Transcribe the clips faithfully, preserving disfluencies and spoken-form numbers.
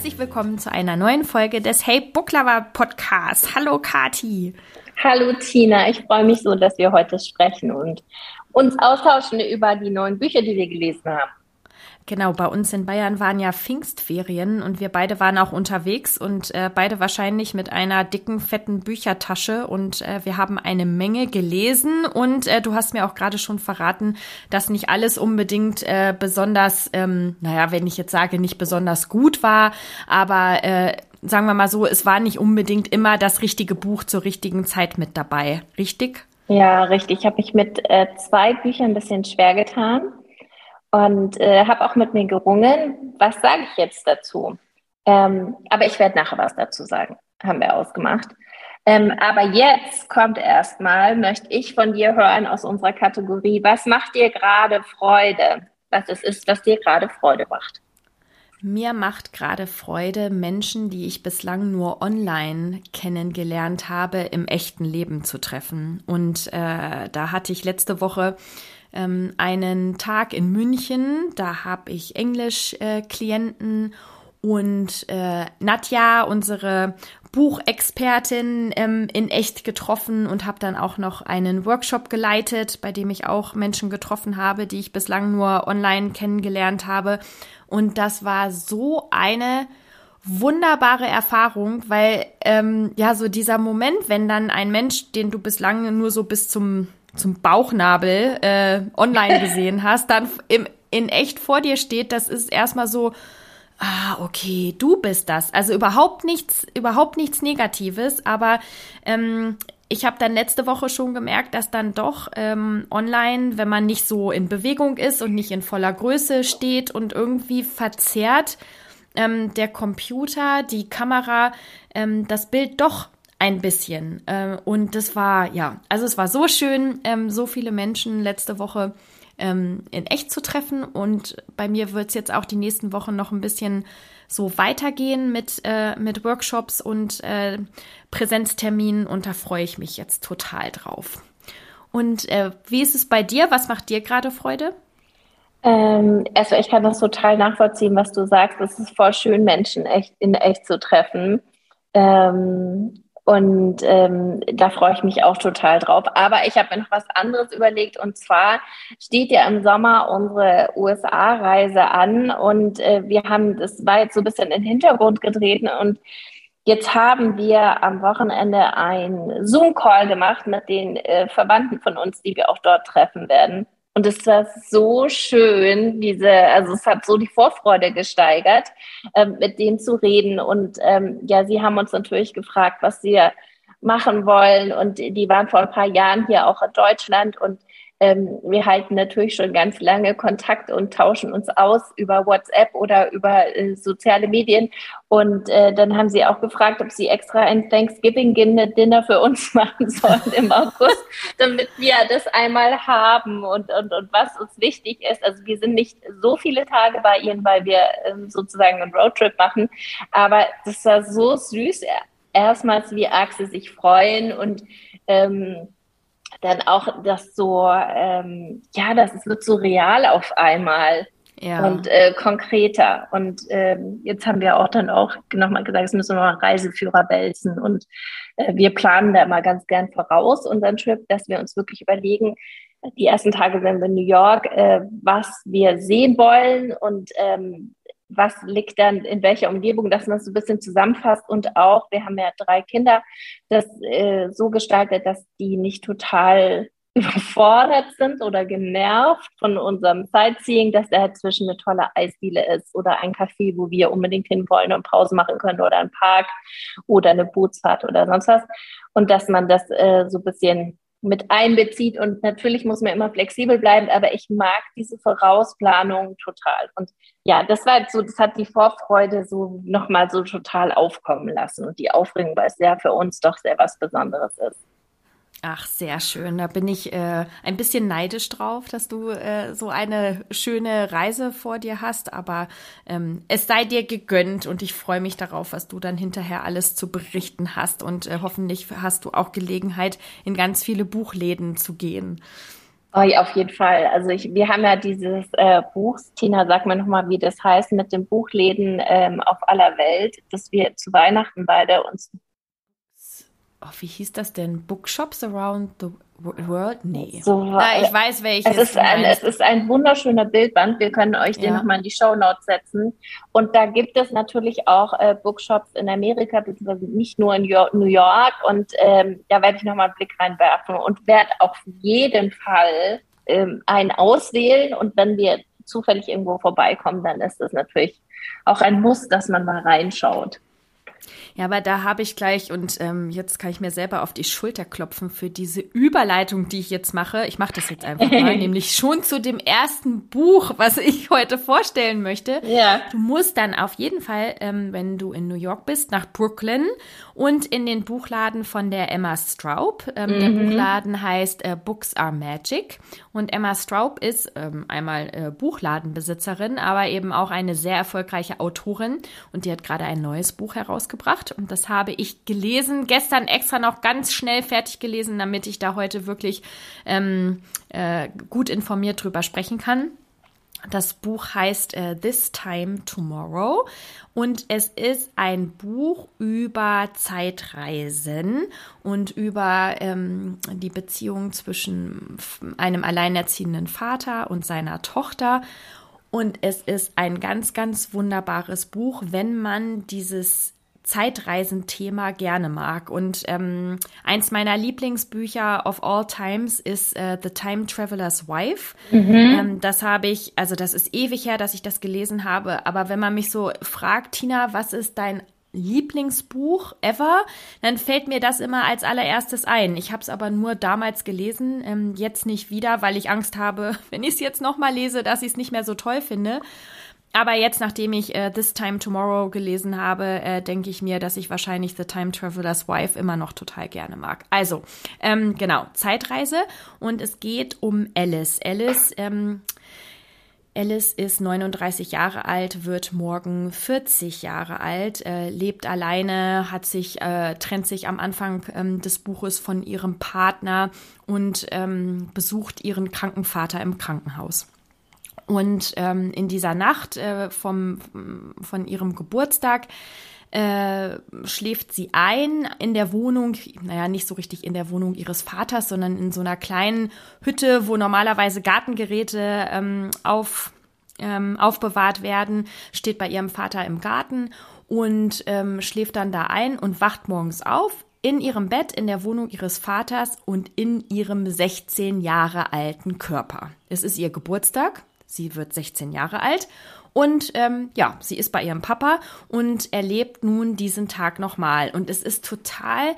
herzlich willkommen zu einer neuen Folge des Hey Book Lover Podcast. Hallo Kathi. Hallo Tina, ich freue mich so, dass wir heute sprechen und uns austauschen über die neuen Bücher, die wir gelesen haben. Genau, bei uns in Bayern waren ja Pfingstferien und wir beide waren auch unterwegs und äh, beide wahrscheinlich mit einer dicken, fetten Büchertasche und äh, wir haben eine Menge gelesen und äh, du hast mir auch gerade schon verraten, dass nicht alles unbedingt äh, besonders, ähm, naja, wenn ich jetzt sage, nicht besonders gut war, aber äh, sagen wir mal so, es war nicht unbedingt immer das richtige Buch zur richtigen Zeit mit dabei, richtig? Ja, richtig. Ich habe mich mit äh, zwei Büchern ein bisschen schwer getan. Und äh, habe auch mit mir gerungen, was sage ich jetzt dazu? Ähm, aber ich werde nachher was dazu sagen, haben wir ausgemacht. Ähm, aber jetzt kommt erstmal, möchte ich von dir hören aus unserer Kategorie, was macht dir gerade Freude? Was es ist, was dir gerade Freude macht? Mir macht gerade Freude, Menschen, die ich bislang nur online kennengelernt habe, im echten Leben zu treffen. Und äh, da hatte ich letzte Woche ähm, einen Tag in München. Da habe ich Englisch-Klienten äh, und äh, Nadja, unsere Buchexpertin, ähm, in echt getroffen und habe dann auch noch einen Workshop geleitet, bei dem ich auch Menschen getroffen habe, die ich bislang nur online kennengelernt habe. Und das war so eine wunderbare Erfahrung, weil ähm, ja so dieser Moment, wenn dann ein Mensch, den du bislang nur so bis zum zum Bauchnabel äh, online gesehen hast, dann im, in echt vor dir steht, das ist erstmal so, ah, okay, du bist das. Also überhaupt nichts, überhaupt nichts Negatives, aber ähm, ich habe dann letzte Woche schon gemerkt, dass dann doch ähm, online, wenn man nicht so in Bewegung ist und nicht in voller Größe steht und irgendwie verzerrt ähm, der Computer, die Kamera, ähm, das Bild doch ein bisschen. Ähm, und das war, ja, also es war so schön, ähm, so viele Menschen letzte Woche ähm, in echt zu treffen. Und bei mir wird es jetzt auch die nächsten Wochen noch ein bisschen so weitergehen mit, äh, mit Workshops und äh, Präsenzterminen. Und da freue ich mich jetzt total drauf. Und äh, wie ist es bei dir? Was macht dir gerade Freude? Ähm, also ich kann das total nachvollziehen, was du sagst. Es ist voll schön, Menschen echt in echt zu treffen. Ähm, und ähm, da freue ich mich auch total drauf. Aber ich habe mir noch was anderes überlegt. Und zwar steht ja im Sommer unsere U S A-Reise an. Und äh, wir haben, das war jetzt so ein bisschen in den Hintergrund getreten. Und jetzt haben wir am Wochenende einen Zoom-Call gemacht mit den äh, Verwandten von uns, die wir auch dort treffen werden. Und es war so schön, diese, also es hat so die Vorfreude gesteigert, ähm, mit denen zu reden. Und ähm, ja, sie haben uns natürlich gefragt, was wir machen wollen. Und die waren vor ein paar Jahren hier auch in Deutschland. Und ähm, wir halten natürlich schon ganz lange Kontakt und tauschen uns aus über WhatsApp oder über äh, soziale Medien. Und äh, dann haben sie auch gefragt, ob sie extra ein Thanksgiving-Dinner für uns machen sollen im August, damit wir das einmal haben und, und, und was uns wichtig ist. Also wir sind nicht so viele Tage bei ihnen, weil wir ähm, sozusagen einen Roadtrip machen. Aber das war so süß, erstmals wie arg sie sich freuen und ähm, dann auch das so, ähm, ja, das wird so real auf einmal. Ja. Und äh, konkreter. Und ähm, jetzt haben wir auch dann auch nochmal gesagt, es müssen wir noch Reiseführer wälzen. Und äh, wir planen da immer ganz gern voraus unseren Trip, dass wir uns wirklich überlegen, die ersten Tage sind wir in New York, äh, was wir sehen wollen und ähm, was liegt dann in welcher Umgebung, dass man es so ein bisschen zusammenfasst. Und auch, wir haben ja drei Kinder, das äh, so gestaltet, dass die nicht total überfordert sind oder genervt von unserem Sightseeing, dass da dazwischen eine tolle Eisdiele ist oder ein Café, wo wir unbedingt hinwollen und Pause machen können oder ein Park oder eine Bootsfahrt oder sonst was. Und dass man das äh, so ein bisschen mit einbezieht. Und natürlich muss man immer flexibel bleiben, aber ich mag diese Vorausplanung total. Und ja, das war so, das hat die Vorfreude so nochmal so total aufkommen lassen und die Aufregung, weil es ja für uns doch sehr was Besonderes ist. Ach, sehr schön. Da bin ich äh, ein bisschen neidisch drauf, dass du äh, so eine schöne Reise vor dir hast. Aber ähm, es sei dir gegönnt und ich freue mich darauf, was du dann hinterher alles zu berichten hast. Und äh, hoffentlich hast du auch Gelegenheit, in ganz viele Buchläden zu gehen. Oh, ja, auf jeden Fall. Also ich, wir haben ja dieses äh, Buch, Tina, sag mir nochmal, wie das heißt, mit den Buchläden ähm, auf aller Welt, dass wir zu Weihnachten beide uns Oh, wie hieß das denn? Bookshops Around the World? Nee. so, Na, ich äh, weiß, es welches ist du ein, es meinst. ist ein wunderschöner Bildband. Wir können euch den Ja. nochmal in die Shownotes setzen. Und da gibt es natürlich auch äh, Bookshops in Amerika, beziehungsweise nicht nur in Yo- New York. Und ähm, da werde ich nochmal einen Blick reinwerfen und werde auf jeden Fall ähm, einen auswählen. Und wenn wir zufällig irgendwo vorbeikommen, dann ist das natürlich auch ein Muss, dass man mal reinschaut. Ja, aber da habe ich gleich, und ähm, jetzt kann ich mir selber auf die Schulter klopfen für diese Überleitung, die ich jetzt mache. Ich mache das jetzt einfach mal, nämlich schon zu dem ersten Buch, was ich heute vorstellen möchte. Ja. Du musst dann auf jeden Fall, ähm, wenn du in New York bist, nach Brooklyn und in den Buchladen von der Emma Straub. Ähm, Mhm. Der Buchladen heißt äh, Books Are Magic. Und Emma Straub ist ähm, einmal äh, Buchladenbesitzerin, aber eben auch eine sehr erfolgreiche Autorin. Und die hat gerade ein neues Buch herausgebracht. Und das habe ich gelesen, gestern extra noch ganz schnell fertig gelesen, damit ich da heute wirklich ähm, äh, gut informiert drüber sprechen kann. Das Buch heißt äh, This Time Tomorrow und es ist ein Buch über Zeitreisen und über ähm, die Beziehung zwischen einem alleinerziehenden Vater und seiner Tochter. Und es ist ein ganz, ganz wunderbares Buch, wenn man dieses Zeitreisenthema gerne mag. Und ähm, eins meiner Lieblingsbücher of all times ist äh, The Time Traveler's Wife. Mhm. Ähm, das habe ich, also das ist ewig her, dass ich das gelesen habe. Aber wenn man mich so fragt, Tina, was ist dein Lieblingsbuch ever, dann fällt mir das immer als allererstes ein. Ich habe es aber nur damals gelesen, ähm, jetzt nicht wieder, weil ich Angst habe, wenn ich es jetzt nochmal lese, dass ich es nicht mehr so toll finde. Aber jetzt, nachdem ich äh, This Time Tomorrow gelesen habe, äh, denke ich mir, dass ich wahrscheinlich The Time Traveler's Wife immer noch total gerne mag. Also, ähm, genau, Zeitreise und es geht um Alice. Alice, ähm, Alice ist neununddreißig Jahre alt, wird morgen vierzig Jahre alt, äh, lebt alleine, hat sich, äh, trennt sich am Anfang ähm, des Buches von ihrem Partner und ähm, besucht ihren kranken Vater im Krankenhaus. Und ähm, in dieser Nacht äh, vom, von ihrem Geburtstag äh, schläft sie ein in der Wohnung, naja, nicht so richtig in der Wohnung ihres Vaters, sondern in so einer kleinen Hütte, wo normalerweise Gartengeräte ähm, auf, ähm, aufbewahrt werden, steht bei ihrem Vater im Garten und ähm, schläft dann da ein und wacht morgens auf in ihrem Bett in der Wohnung ihres Vaters und in ihrem sechzehn Jahre alten Körper. Es ist ihr Geburtstag. Sie wird sechzehn Jahre alt und ähm, ja, sie ist bei ihrem Papa und erlebt nun diesen Tag nochmal. Und es ist total,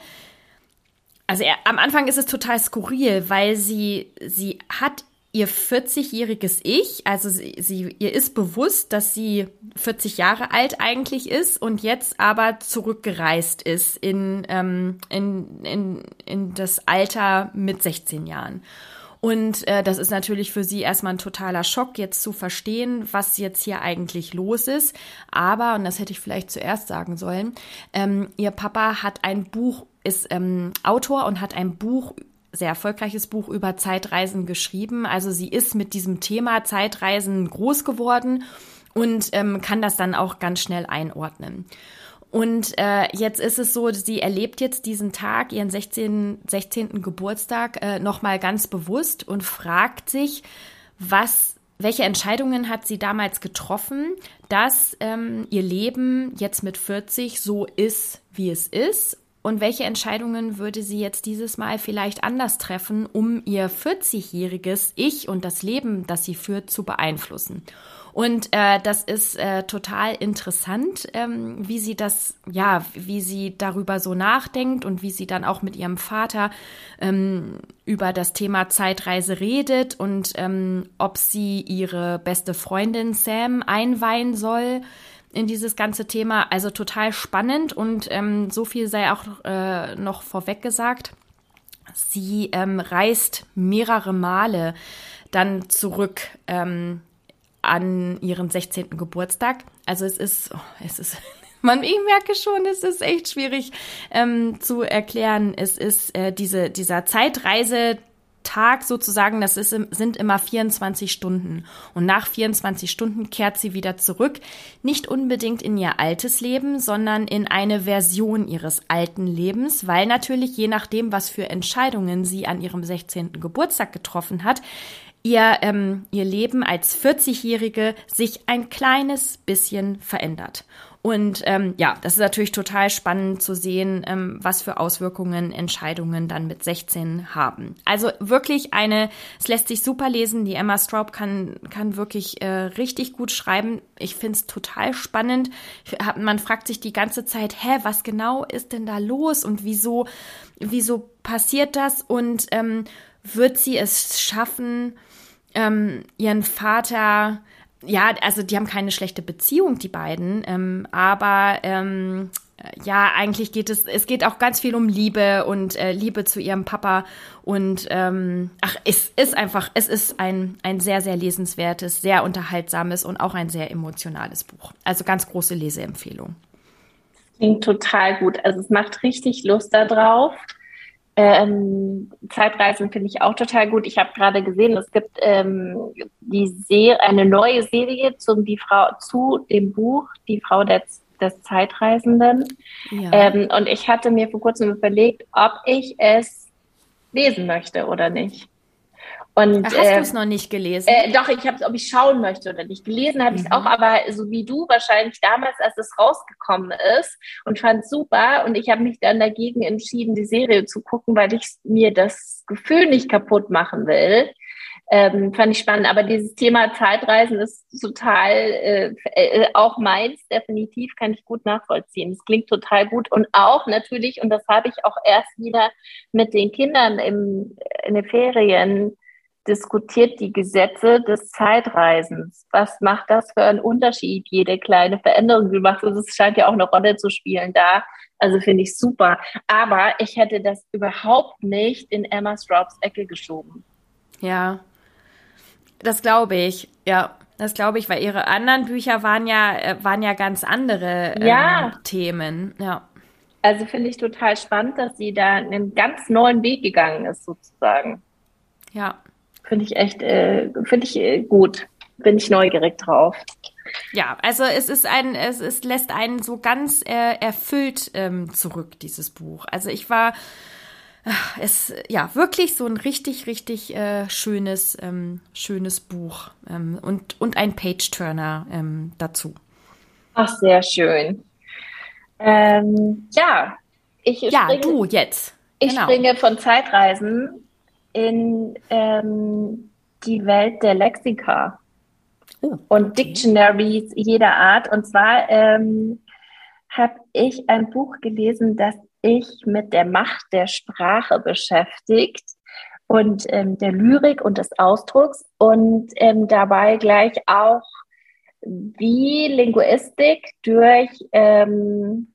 also er, am Anfang ist es total skurril, weil sie, sie hat ihr vierzigjähriges Ich, also sie, sie, ihr ist bewusst, dass sie vierzig Jahre alt eigentlich ist und jetzt aber zurückgereist ist in, ähm, in, in, in das Alter mit sechzehn Jahren. Und äh, das ist natürlich für sie erstmal ein totaler Schock, jetzt zu verstehen, was jetzt hier eigentlich los ist. Aber, und das hätte ich vielleicht zuerst sagen sollen, ähm, ihr Papa hat ein Buch, ist ähm, Autor und hat ein Buch, sehr erfolgreiches Buch über Zeitreisen geschrieben. Also sie ist mit diesem Thema Zeitreisen groß geworden und ähm, kann das dann auch ganz schnell einordnen. Und äh, jetzt ist es so, sie erlebt jetzt diesen Tag, ihren sechzehnten Geburtstag, äh, nochmal ganz bewusst und fragt sich, was, welche Entscheidungen hat sie damals getroffen, dass ähm, ihr Leben jetzt mit vierzig so ist, wie es ist. Und welche Entscheidungen würde sie jetzt dieses Mal vielleicht anders treffen, um ihr vierzigjähriges Ich und das Leben, das sie führt, zu beeinflussen? Und äh, das ist äh, total interessant, ähm, wie sie das, ja, wie sie darüber so nachdenkt und wie sie dann auch mit ihrem Vater ähm, über das Thema Zeitreise redet und ähm, ob sie ihre beste Freundin Sam einweihen soll in dieses ganze Thema. Also total spannend und ähm, so viel sei auch äh, noch vorweg gesagt. Sie ähm, reist mehrere Male dann zurück ähm, an ihren sechzehnten Geburtstag. Also es ist, oh, es ist, man, ich merke schon, es ist echt schwierig ähm, zu erklären. Es ist äh, diese, dieser Zeitreise Tag sozusagen, das ist, sind immer vierundzwanzig Stunden. Und nach vierundzwanzig Stunden kehrt sie wieder zurück. Nicht unbedingt in ihr altes Leben, sondern in eine Version ihres alten Lebens, weil natürlich je nachdem, was für Entscheidungen sie an ihrem sechzehnten Geburtstag getroffen hat, ihr, ähm, ihr Leben als vierzigjährige sich ein kleines bisschen verändert. Und ähm, ja, das ist natürlich total spannend zu sehen, ähm, was für Auswirkungen Entscheidungen dann mit sechzehn haben. Also wirklich eine, es lässt sich super lesen. Die Emma Straub kann kann wirklich äh, richtig gut schreiben. Ich finde es total spannend. Man fragt sich die ganze Zeit, hä, was genau ist denn da los und wieso, wieso passiert das? Und ähm, wird sie es schaffen, ähm, ihren Vater... Ja, also die haben keine schlechte Beziehung, die beiden, ähm, aber ähm, ja, eigentlich geht es, es geht auch ganz viel um Liebe und äh, Liebe zu ihrem Papa und ähm, ach, es ist einfach, es ist ein, ein sehr, sehr lesenswertes, sehr unterhaltsames und auch ein sehr emotionales Buch. Also ganz große Leseempfehlung. Klingt total gut. Also es macht richtig Lust darauf. Ähm, Zeitreisen finde ich auch total gut. Ich habe gerade gesehen, es gibt ähm, die Serie, eine neue Serie zum die Frau zu dem Buch Die Frau des, des Zeitreisenden. Ja. Ähm, und ich hatte mir vor kurzem überlegt, ob ich es lesen möchte oder nicht. Und, Hast äh, du es noch nicht gelesen? Äh, doch, ich habe es, ob ich schauen möchte oder nicht. Gelesen habe ich es Mhm. auch, aber so wie du wahrscheinlich damals, als es rausgekommen ist und fand es super. Und ich habe mich dann dagegen entschieden, die Serie zu gucken, weil ich mir das Gefühl nicht kaputt machen will. Ähm, fand ich spannend. Aber dieses Thema Zeitreisen ist total äh, äh, auch meins, definitiv, kann ich gut nachvollziehen. Es klingt total gut. Und auch natürlich, und das habe ich auch erst wieder mit den Kindern im, in den Ferien diskutiert, die Gesetze des Zeitreisens. Was macht das für einen Unterschied? Jede kleine Veränderung, die du machst, das scheint ja auch eine Rolle zu spielen da. Also finde ich super. Aber ich hätte das überhaupt nicht in Emma Straubs Ecke geschoben. Ja, das glaube ich. Ja, das glaube ich, weil ihre anderen Bücher waren ja, äh, waren ja ganz andere ähm, Ja, Themen. Ja. also finde ich total spannend, dass sie da einen ganz neuen Weg gegangen ist, sozusagen. Ja. Finde ich echt, äh, finde ich äh, gut. Bin ich neugierig drauf. Ja, also es ist ein, es, es lässt einen so ganz äh, erfüllt ähm, zurück, dieses Buch. Also ich war, äh, es, ja, wirklich so ein richtig, richtig äh, schönes, ähm, schönes Buch ähm, und, und ein Page-Turner ähm, dazu. Ach, sehr schön. Ähm, ja, ich Ja, springe, du jetzt. ich Genau. springe von Zeitreisen in ähm, die Welt der Lexika Oh, und okay. Dictionaries jeder Art. Und zwar ähm, habe ich ein Buch gelesen, das ich mit der Macht der Sprache beschäftigt und ähm, der Lyrik und des Ausdrucks und ähm, dabei gleich auch, wie Linguistik durch ähm,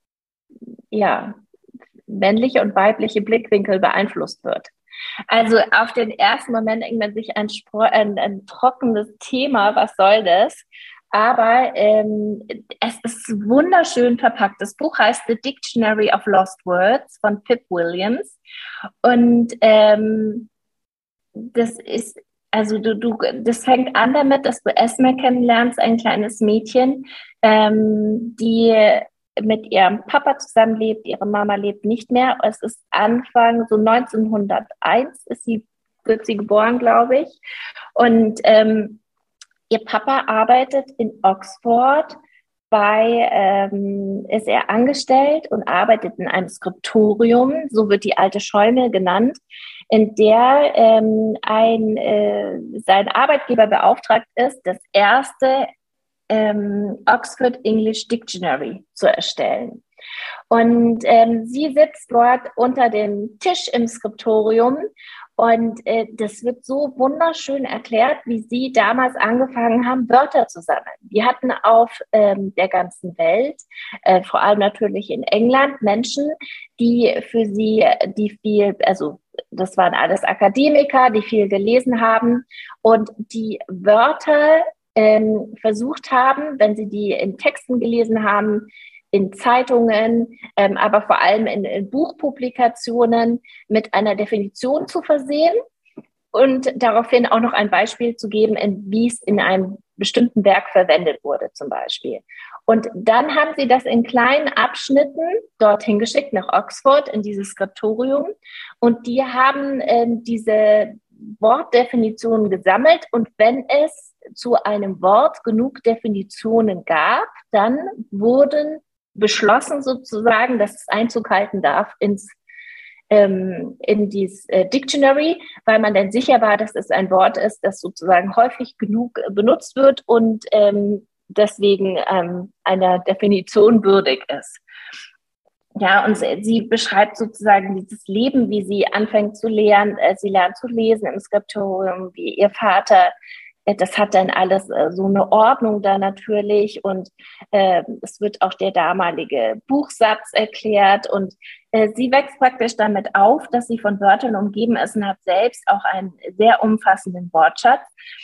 ja, männliche und weibliche Blickwinkel beeinflusst wird. Also auf den ersten Moment denkt man sich ein, Spro ein, ein trockenes Thema, was soll das? Aber ähm, es ist wunderschön verpackt. Das Buch heißt The Dictionary of Lost Words von Pip Williams. Und ähm, das ist, also du, du, das fängt an damit, dass du Esme kennenlernst, ein kleines Mädchen, ähm, die mit ihrem Papa zusammenlebt, ihre Mama lebt nicht mehr. Es ist Anfang, so neunzehnhunderteins ist sie, wird sie geboren, glaube ich. Und ähm, ihr Papa arbeitet in Oxford bei, ähm, ist er angestellt und arbeitet in einem Skriptorium, so wird die alte Scheune genannt, in der ähm, ein, äh, sein Arbeitgeber beauftragt ist, das erste ähm, Oxford English Dictionary zu erstellen. Und ähm, sie sitzt dort unter dem Tisch im Skriptorium und äh, das wird so wunderschön erklärt, wie sie damals angefangen haben, Wörter zu sammeln. Die hatten auf ähm, der ganzen Welt, äh, vor allem natürlich in England, Menschen, die für sie, die viel, also das waren alles Akademiker, die viel gelesen haben und die Wörter ähm, versucht haben, wenn sie die in Texten gelesen haben, in Zeitungen, ähm, aber vor allem in, in Buchpublikationen mit einer Definition zu versehen und daraufhin auch noch ein Beispiel zu geben, wie es in einem bestimmten Werk verwendet wurde zum Beispiel. Und dann haben sie das in kleinen Abschnitten dorthin geschickt, nach Oxford, in dieses Skriptorium. Und die haben äh, diese Wortdefinitionen gesammelt. Und wenn es zu einem Wort genug Definitionen gab, dann wurden beschlossen sozusagen, dass es Einzug halten darf ins ähm, in dieses äh, Dictionary, weil man dann sicher war, dass es ein Wort ist, das sozusagen häufig genug äh, benutzt wird und ähm, deswegen ähm, einer Definition würdig ist. Ja, und sie, sie beschreibt sozusagen dieses Leben, wie sie anfängt zu lernen. Äh, sie lernt zu lesen im Skriptorium, wie ihr Vater. Äh, das hat dann alles äh, so eine Ordnung da natürlich. Und äh, es wird auch der damalige Buchsatz erklärt. Und äh, sie wächst praktisch damit auf, dass sie von Wörtern umgeben ist und hat selbst auch einen sehr umfassenden Wortschatz.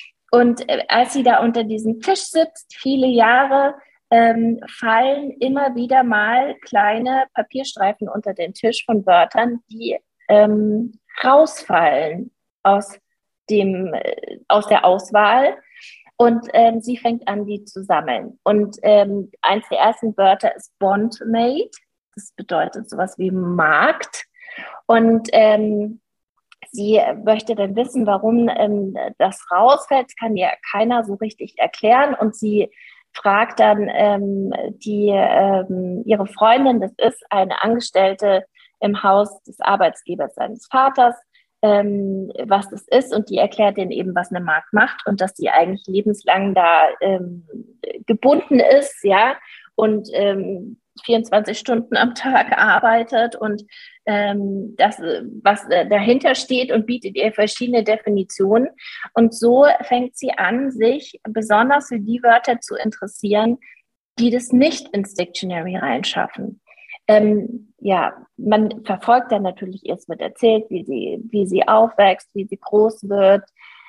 Und äh, als sie da unter diesem Tisch sitzt, viele Jahre, Ähm, fallen immer wieder mal kleine Papierstreifen unter den Tisch von Wörtern, die ähm, rausfallen aus dem, äh, aus der Auswahl. Und ähm, sie fängt an, die zu sammeln. Und ähm, eins der ersten Wörter ist Bondmaid. Das bedeutet sowas wie Markt. Und ähm, sie möchte dann wissen, warum ähm, das rausfällt. Das kann ja keiner so richtig erklären. Und sie fragt dann ähm, die, ähm, ihre Freundin, das ist eine Angestellte im Haus des Arbeitsgebers seines Vaters, ähm, was das ist, und die erklärt denen eben, was eine Markt macht und dass die eigentlich lebenslang da ähm, gebunden ist, ja, und ähm, vierundzwanzig Stunden am Tag arbeitet und ähm, das, was dahinter steht, und bietet ihr verschiedene Definitionen. Und so fängt sie an, sich besonders für die Wörter zu interessieren, die das nicht ins Dictionary reinschaffen. Ähm, ja, man verfolgt dann natürlich, erst wird erzählt, wie sie, wie sie aufwächst, wie sie groß wird,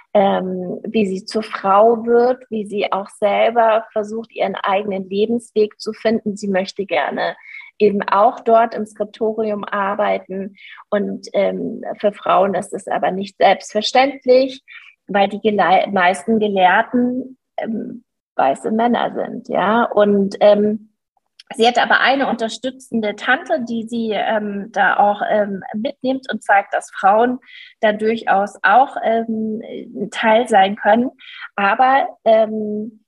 ähm, wie sie zur Frau wird, wie sie auch selber versucht, ihren eigenen Lebensweg zu finden. Sie möchte gerne eben auch dort im Skriptorium arbeiten. Und ähm, für Frauen ist es aber nicht selbstverständlich, weil die gele- meisten Gelehrten ähm, weiße Männer sind, ja. Und ähm, sie hat aber eine unterstützende Tante, die sie ähm, da auch ähm, mitnimmt und zeigt, dass Frauen da durchaus auch ähm, ein Teil sein können. Aber ähm,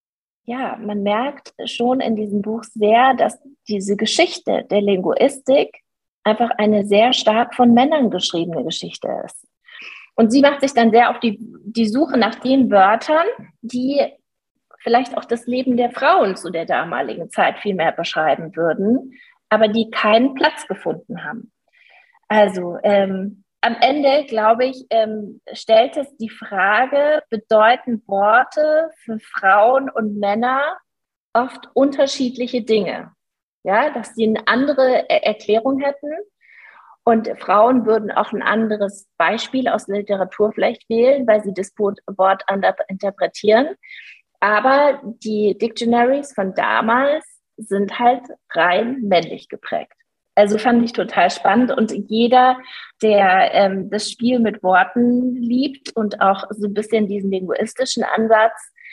ja, man merkt schon in diesem Buch sehr, dass diese Geschichte der Linguistik einfach eine sehr stark von Männern geschriebene Geschichte ist. Und sie macht sich dann sehr auf die, die Suche nach den Wörtern, die vielleicht auch das Leben der Frauen zu der damaligen Zeit viel mehr beschreiben würden, aber die keinen Platz gefunden haben. Also ähm, am Ende, glaube ich, ähm, stellt es die Frage, bedeuten Worte für Frauen und Männer oft unterschiedliche Dinge? Ja, dass sie eine andere Erklärung hätten. Und Frauen würden auch ein anderes Beispiel aus der Literatur vielleicht wählen, weil sie das Wort anders interpretieren. Aber die Dictionaries von damals sind halt rein männlich geprägt. Also fand ich total spannend. Und jeder, der ähm, das Spiel mit Worten liebt und auch so ein bisschen diesen linguistischen Ansatz,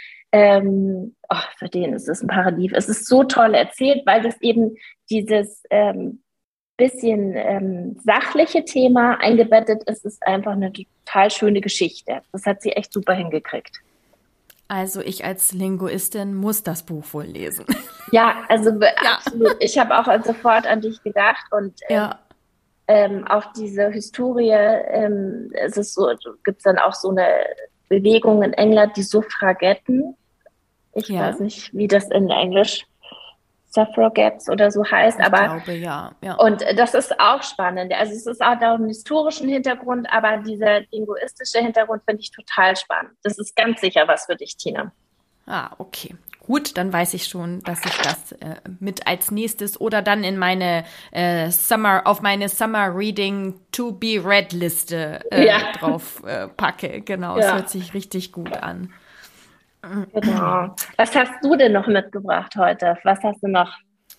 ähm, oh, für den ist es ein Paradies. Es ist so toll erzählt, weil das eben dieses ähm, bisschen ähm, sachliche Thema eingebettet ist. Es ist einfach eine total schöne Geschichte. Das hat sie echt super hingekriegt. Also ich als Linguistin muss das Buch wohl lesen. Ja, also ja. absolut. Ich habe auch sofort an dich gedacht und ähm, ja. ähm, auch diese Historie, ähm, es ist so, gibt es dann auch so eine Bewegung in England, die Suffragetten. Ich ja. weiß nicht, wie das in Englisch Suffragettes oder so heißt, ich aber Ich glaube, ja, ja. Und das ist auch spannend. Also es ist auch da einen historischen Hintergrund, aber dieser linguistische Hintergrund finde ich total spannend. Das ist ganz sicher was für dich, Tina. Ah, okay. Gut, dann weiß ich schon, dass ich das äh, mit als nächstes oder dann in meine äh, Summer, auf meine Summer Reading to be Read Liste äh, ja. drauf äh, packe. Genau, es ja. hört sich richtig gut an. Genau. Was hast du denn noch mitgebracht heute? Was hast du noch?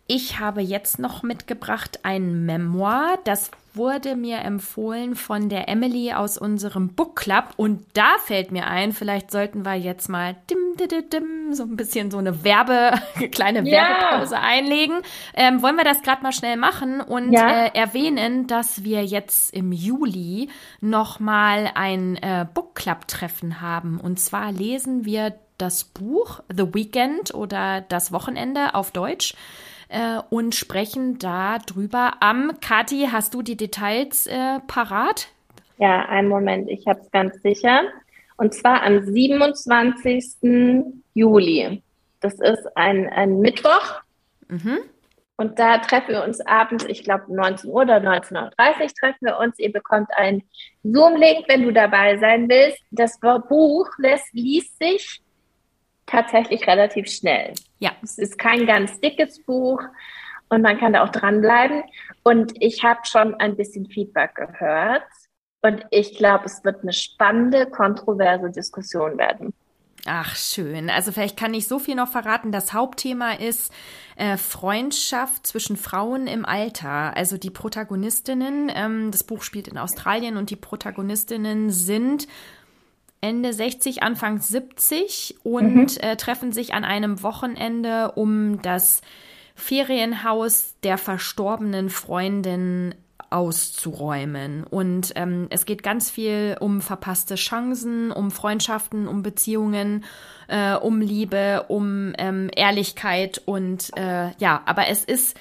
ich habe jetzt noch mitgebracht ein Memoir, das wurde mir empfohlen von der Emily aus unserem Book Club. Und da fällt mir ein, vielleicht sollten wir jetzt mal dim, dim, dim, so ein bisschen so eine Werbe, kleine Ja. Werbepause einlegen. Ähm, wollen wir das gerade mal schnell machen und Ja. äh, erwähnen, dass wir jetzt im Juli nochmal ein äh, Book Club-Treffen haben. Und zwar lesen wir das Buch The Weekend oder Das Wochenende auf Deutsch äh, und sprechen da drüber am, Kathi, hast du die Details äh, parat? Ja, einen Moment, ich habe es ganz sicher. Und zwar am siebenundzwanzigsten Juli. Das ist ein, ein Mittwoch. Mhm. Und da treffen wir uns abends, ich glaube neunzehn Uhr oder neunzehn Uhr dreißig treffen wir uns. Ihr bekommt einen Zoom-Link, wenn du dabei sein willst. Das Buch lässt, liest sich tatsächlich relativ schnell. Ja. Es ist kein ganz dickes Buch und man kann da auch dranbleiben. Und ich habe schon ein bisschen Feedback gehört. Und ich glaube, es wird eine spannende, kontroverse Diskussion werden. Ach, schön. Also vielleicht kann ich so viel noch verraten. Das Hauptthema ist äh, Freundschaft zwischen Frauen im Alter. Also die Protagonistinnen, ähm, das Buch spielt in Australien und die Protagonistinnen sind Ende sechzig, Anfang siebzig und Mhm. äh, treffen sich an einem Wochenende, um das Ferienhaus der verstorbenen Freundin auszuräumen. Und ähm, es geht ganz viel um verpasste Chancen, um Freundschaften, um Beziehungen, äh, um Liebe, um ähm, Ehrlichkeit und äh, ja, aber es ist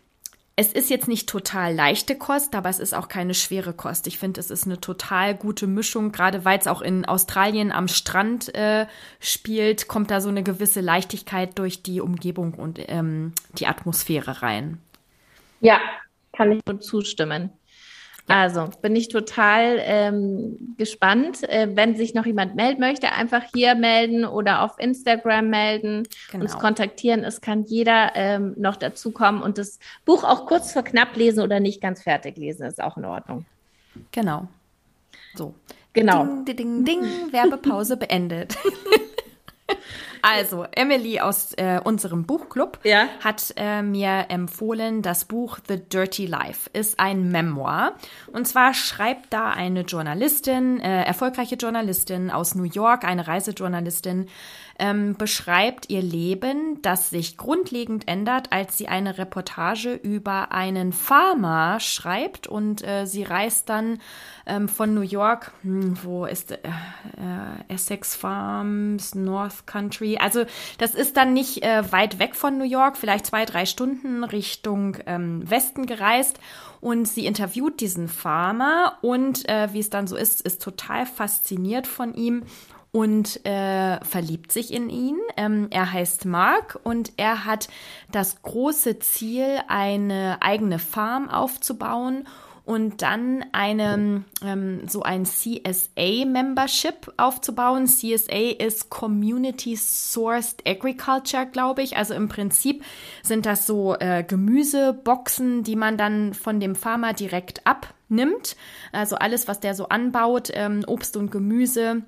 Es ist jetzt nicht total leichte Kost, aber es ist auch keine schwere Kost. Ich finde, es ist eine total gute Mischung, gerade weil es auch in Australien am Strand äh, spielt, kommt da so eine gewisse Leichtigkeit durch die Umgebung und ähm, die Atmosphäre rein. Ja, kann ich nur zustimmen. Also bin ich total ähm, gespannt. Äh, wenn sich noch jemand melden möchte, einfach hier melden oder auf Instagram melden, Genau. uns kontaktieren. Es kann jeder ähm, noch dazukommen und das Buch auch kurz vor knapp lesen oder nicht ganz fertig lesen, ist auch in Ordnung. Genau. So. Genau. Ding, ding, ding, ding, Werbepause beendet. Also, Emily aus äh, unserem Buchclub Ja. hat äh, mir empfohlen, das Buch The Dirty Life ist ein Memoir. Und zwar schreibt da eine Journalistin, äh, erfolgreiche Journalistin aus New York, eine Reisejournalistin, ähm, beschreibt ihr Leben, das sich grundlegend ändert, als sie eine Reportage über einen Farmer schreibt. Und äh, sie reist dann ähm, von New York, hm, wo ist äh, äh, Essex Farms, North Country. Also das ist dann nicht äh, weit weg von New York, vielleicht zwei, drei Stunden Richtung ähm, Westen gereist. Und sie interviewt diesen Farmer und äh, wie es dann so ist, ist total fasziniert von ihm und äh, verliebt sich in ihn. Ähm, er heißt Mark und er hat das große Ziel, eine eigene Farm aufzubauen und dann eine, ähm, so ein C S A-Membership aufzubauen. C S A ist Community Sourced Agriculture, glaube ich. Also im Prinzip sind das so äh, Gemüseboxen, die man dann von dem Farmer direkt abnimmt. Also alles, was der so anbaut, ähm, Obst und Gemüse,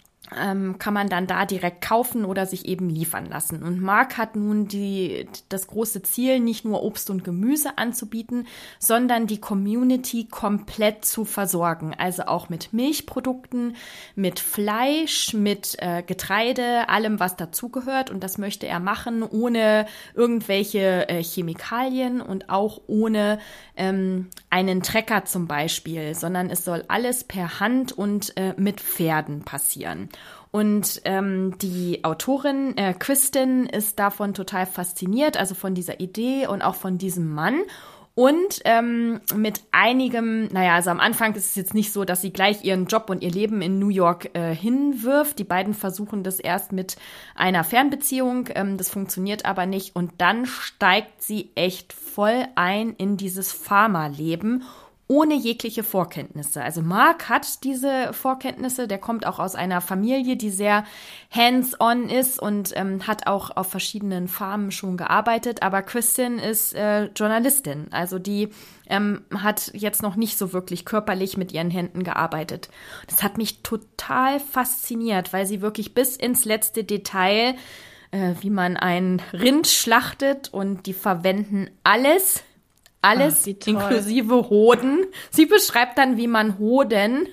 ähm, kann man dann da direkt kaufen oder sich eben liefern lassen. Und Mark hat nun die, das große Ziel, nicht nur Obst und Gemüse anzubieten, sondern die Community komplett zu versorgen. Also auch mit Milchprodukten, mit Fleisch, mit äh, Getreide, allem, was dazugehört. Und das möchte er machen, ohne irgendwelche äh, Chemikalien und auch ohne ähm, einen Trecker zum Beispiel, sondern es soll alles per Hand und äh, mit Pferden passieren. Und ähm, die Autorin äh, Kristin ist davon total fasziniert, also von dieser Idee und auch von diesem Mann. Und ähm, mit einigem, naja, also am Anfang ist es jetzt nicht so, dass sie gleich ihren Job und ihr Leben in New York äh, hinwirft. Die beiden versuchen das erst mit einer Fernbeziehung. Ähm, das funktioniert aber nicht. Und dann steigt sie echt voll ein in dieses Farmerleben, ohne jegliche Vorkenntnisse. Also Mark hat diese Vorkenntnisse, der kommt auch aus einer Familie, die sehr hands-on ist und ähm, hat auch auf verschiedenen Farmen schon gearbeitet, aber Kristin ist äh, Journalistin, also die ähm, hat jetzt noch nicht so wirklich körperlich mit ihren Händen gearbeitet. Das hat mich total fasziniert, weil sie wirklich bis ins letzte Detail äh, wie man ein Rind schlachtet und die verwenden alles, alles Ach, inklusive Hoden. Sie beschreibt dann, wie man Hoden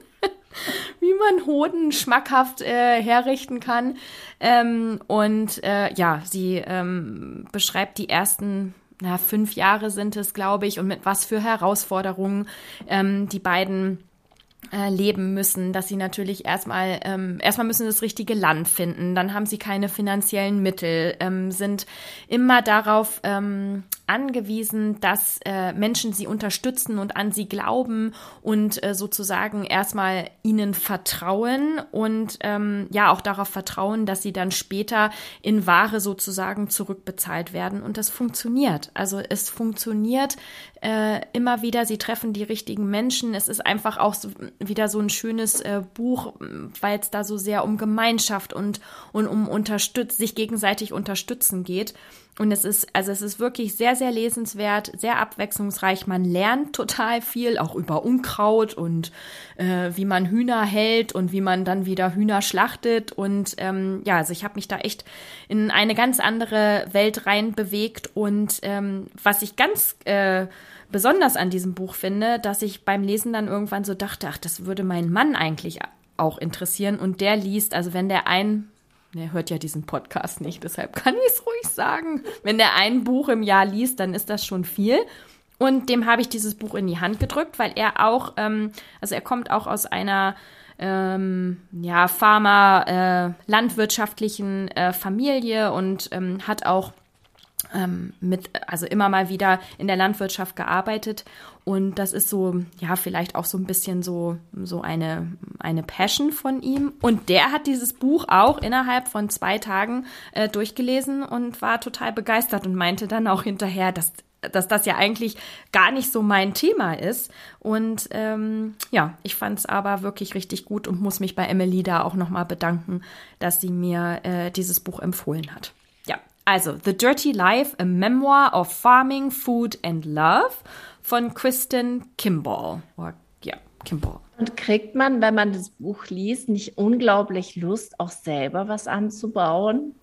wie man Hoden schmackhaft äh, herrichten kann. Ähm, und äh, ja, sie ähm, beschreibt die ersten na, fünf Jahre sind es, glaube ich, und mit was für Herausforderungen ähm, die beiden äh, leben müssen, dass sie natürlich erstmal, ähm, erstmal müssen sie das richtige Land finden, dann haben sie keine finanziellen Mittel, ähm, sind immer darauf ähm, angewiesen, dass äh, Menschen sie unterstützen und an sie glauben und äh, sozusagen erstmal ihnen vertrauen und ähm, ja auch darauf vertrauen, dass sie dann später in Ware sozusagen zurückbezahlt werden und das funktioniert. Also es funktioniert äh, immer wieder, sie treffen die richtigen Menschen. Es ist einfach auch so, wieder so ein schönes äh, Buch, weil es da so sehr um Gemeinschaft und, und um unterstützt, sich gegenseitig unterstützen geht. Und es ist, also es ist wirklich sehr, sehr lesenswert, sehr abwechslungsreich. Man lernt total viel, auch über Unkraut und äh, wie man Hühner hält und wie man dann wieder Hühner schlachtet. Und ähm, ja, also ich habe mich da echt in eine ganz andere Welt rein bewegt. Und ähm, was ich ganz äh, besonders an diesem Buch finde, dass ich beim Lesen dann irgendwann so dachte, ach, das würde meinen Mann eigentlich auch interessieren. Und der liest, also wenn der ein Er hört ja diesen Podcast nicht, deshalb kann ich es ruhig sagen. Wenn der ein Buch im Jahr liest, dann ist das schon viel. Und dem habe ich dieses Buch in die Hand gedrückt, weil er auch, ähm, also er kommt auch aus einer ähm, ja, Pharma, äh, landwirtschaftlichen äh, Familie und ähm, hat auch ähm, mit, also immer mal wieder in der Landwirtschaft gearbeitet. Und das ist so, ja, vielleicht auch so ein bisschen so, so eine, eine Passion von ihm. Und der hat dieses Buch auch innerhalb von zwei Tagen äh, durchgelesen und war total begeistert und meinte dann auch hinterher, dass, dass das ja eigentlich gar nicht so mein Thema ist. Und ähm, ja, ich fand es aber wirklich richtig gut und muss mich bei Emily da auch nochmal bedanken, dass sie mir äh, dieses Buch empfohlen hat. Ja, also The Dirty Life, a Memoir of Farming, Food and Love von Kristen Kimball. Oder, ja, Kimball. Und kriegt man, wenn man das Buch liest, nicht unglaublich Lust, auch selber was anzubauen?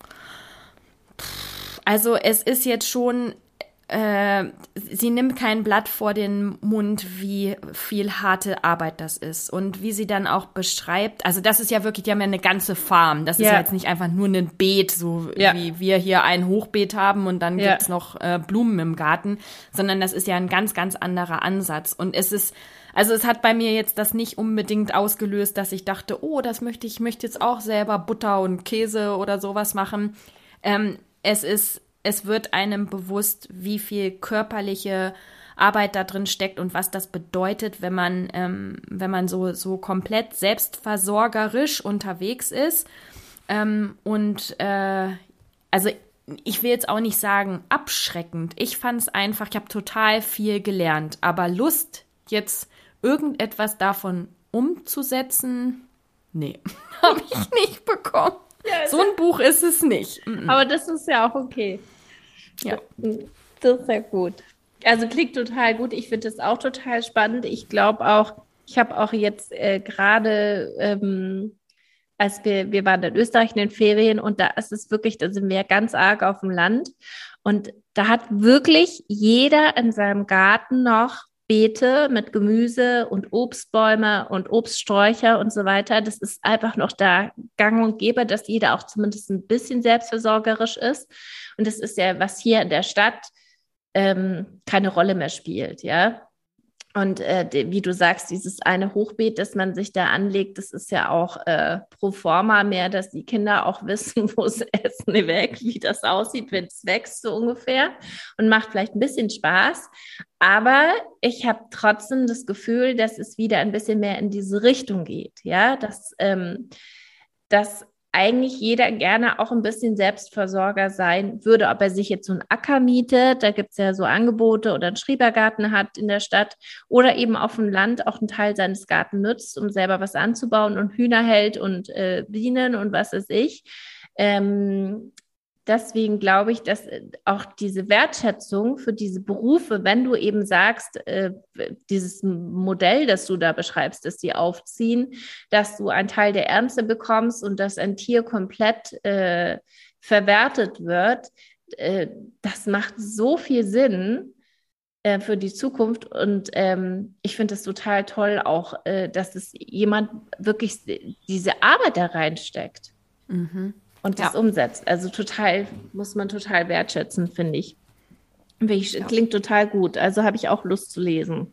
Also es ist jetzt schon, äh, sie nimmt kein Blatt vor den Mund, wie viel harte Arbeit das ist. Und wie sie dann auch beschreibt, also das ist ja wirklich, die haben ja eine ganze Farm. Das ist ja, ja jetzt nicht einfach nur ein Beet, so ja. wie wir hier ein Hochbeet haben und dann ja. gibt's noch äh, Blumen im Garten, sondern das ist ja ein ganz, ganz anderer Ansatz. Und es ist, also es hat bei mir jetzt das nicht unbedingt ausgelöst, dass ich dachte, oh, das möchte ich, ich möchte jetzt auch selber Butter und Käse oder sowas machen. Ähm, es ist Es wird einem bewusst, wie viel körperliche Arbeit da drin steckt und was das bedeutet, wenn man, ähm, wenn man so, so komplett selbstversorgerisch unterwegs ist. Ähm, und äh, also ich will jetzt auch nicht sagen abschreckend. Ich fand es einfach, ich habe total viel gelernt. Aber Lust, jetzt irgendetwas davon umzusetzen, nee, habe ich nicht bekommen. Ja, so ein Buch ist es nicht. Aber das ist ja auch okay. Ja. Das ist ja gut. Also klingt total gut. Ich finde das auch total spannend. Ich glaube auch, ich habe auch jetzt äh, gerade, ähm, als wir, wir waren in Österreich in den Ferien und da ist es wirklich, da sind wir ganz arg auf dem Land und da hat wirklich jeder in seinem Garten noch Beete mit Gemüse und Obstbäume und Obststräucher und so weiter. Das ist einfach noch da gang und gäbe, dass jeder auch zumindest ein bisschen selbstversorgerisch ist. Und das ist ja, was hier in der Stadt ähm, keine Rolle mehr spielt, ja. Und äh, wie du sagst, dieses eine Hochbeet, das man sich da anlegt, das ist ja auch äh, pro forma mehr, dass die Kinder auch wissen, wo sie essen weg, wie das aussieht, wenn es wächst, so ungefähr. Und macht vielleicht ein bisschen Spaß. Aber ich habe trotzdem das Gefühl, dass es wieder ein bisschen mehr in diese Richtung geht, ja, dass, ähm, dass eigentlich jeder gerne auch ein bisschen Selbstversorger sein würde, ob er sich jetzt so einen Acker mietet, da gibt es ja so Angebote, oder einen Schrebergarten hat in der Stadt oder eben auf dem Land auch einen Teil seines Gartens nutzt, um selber was anzubauen und Hühner hält und äh, Bienen und was weiß ich. Ähm, Deswegen glaube ich, dass auch diese Wertschätzung für diese Berufe, wenn du eben sagst, äh, dieses Modell, das du da beschreibst, dass die aufziehen, dass du einen Teil der Ernte bekommst und dass ein Tier komplett äh, verwertet wird, äh, das macht so viel Sinn äh, für die Zukunft. Und ähm, ich finde es total toll auch, äh, dass es jemand wirklich diese Arbeit da reinsteckt Mhm. und das Ja. umsetzt. Also total, muss man total wertschätzen, finde ich. Finde ich. Ja. Klingt total gut. Also habe ich auch Lust zu lesen.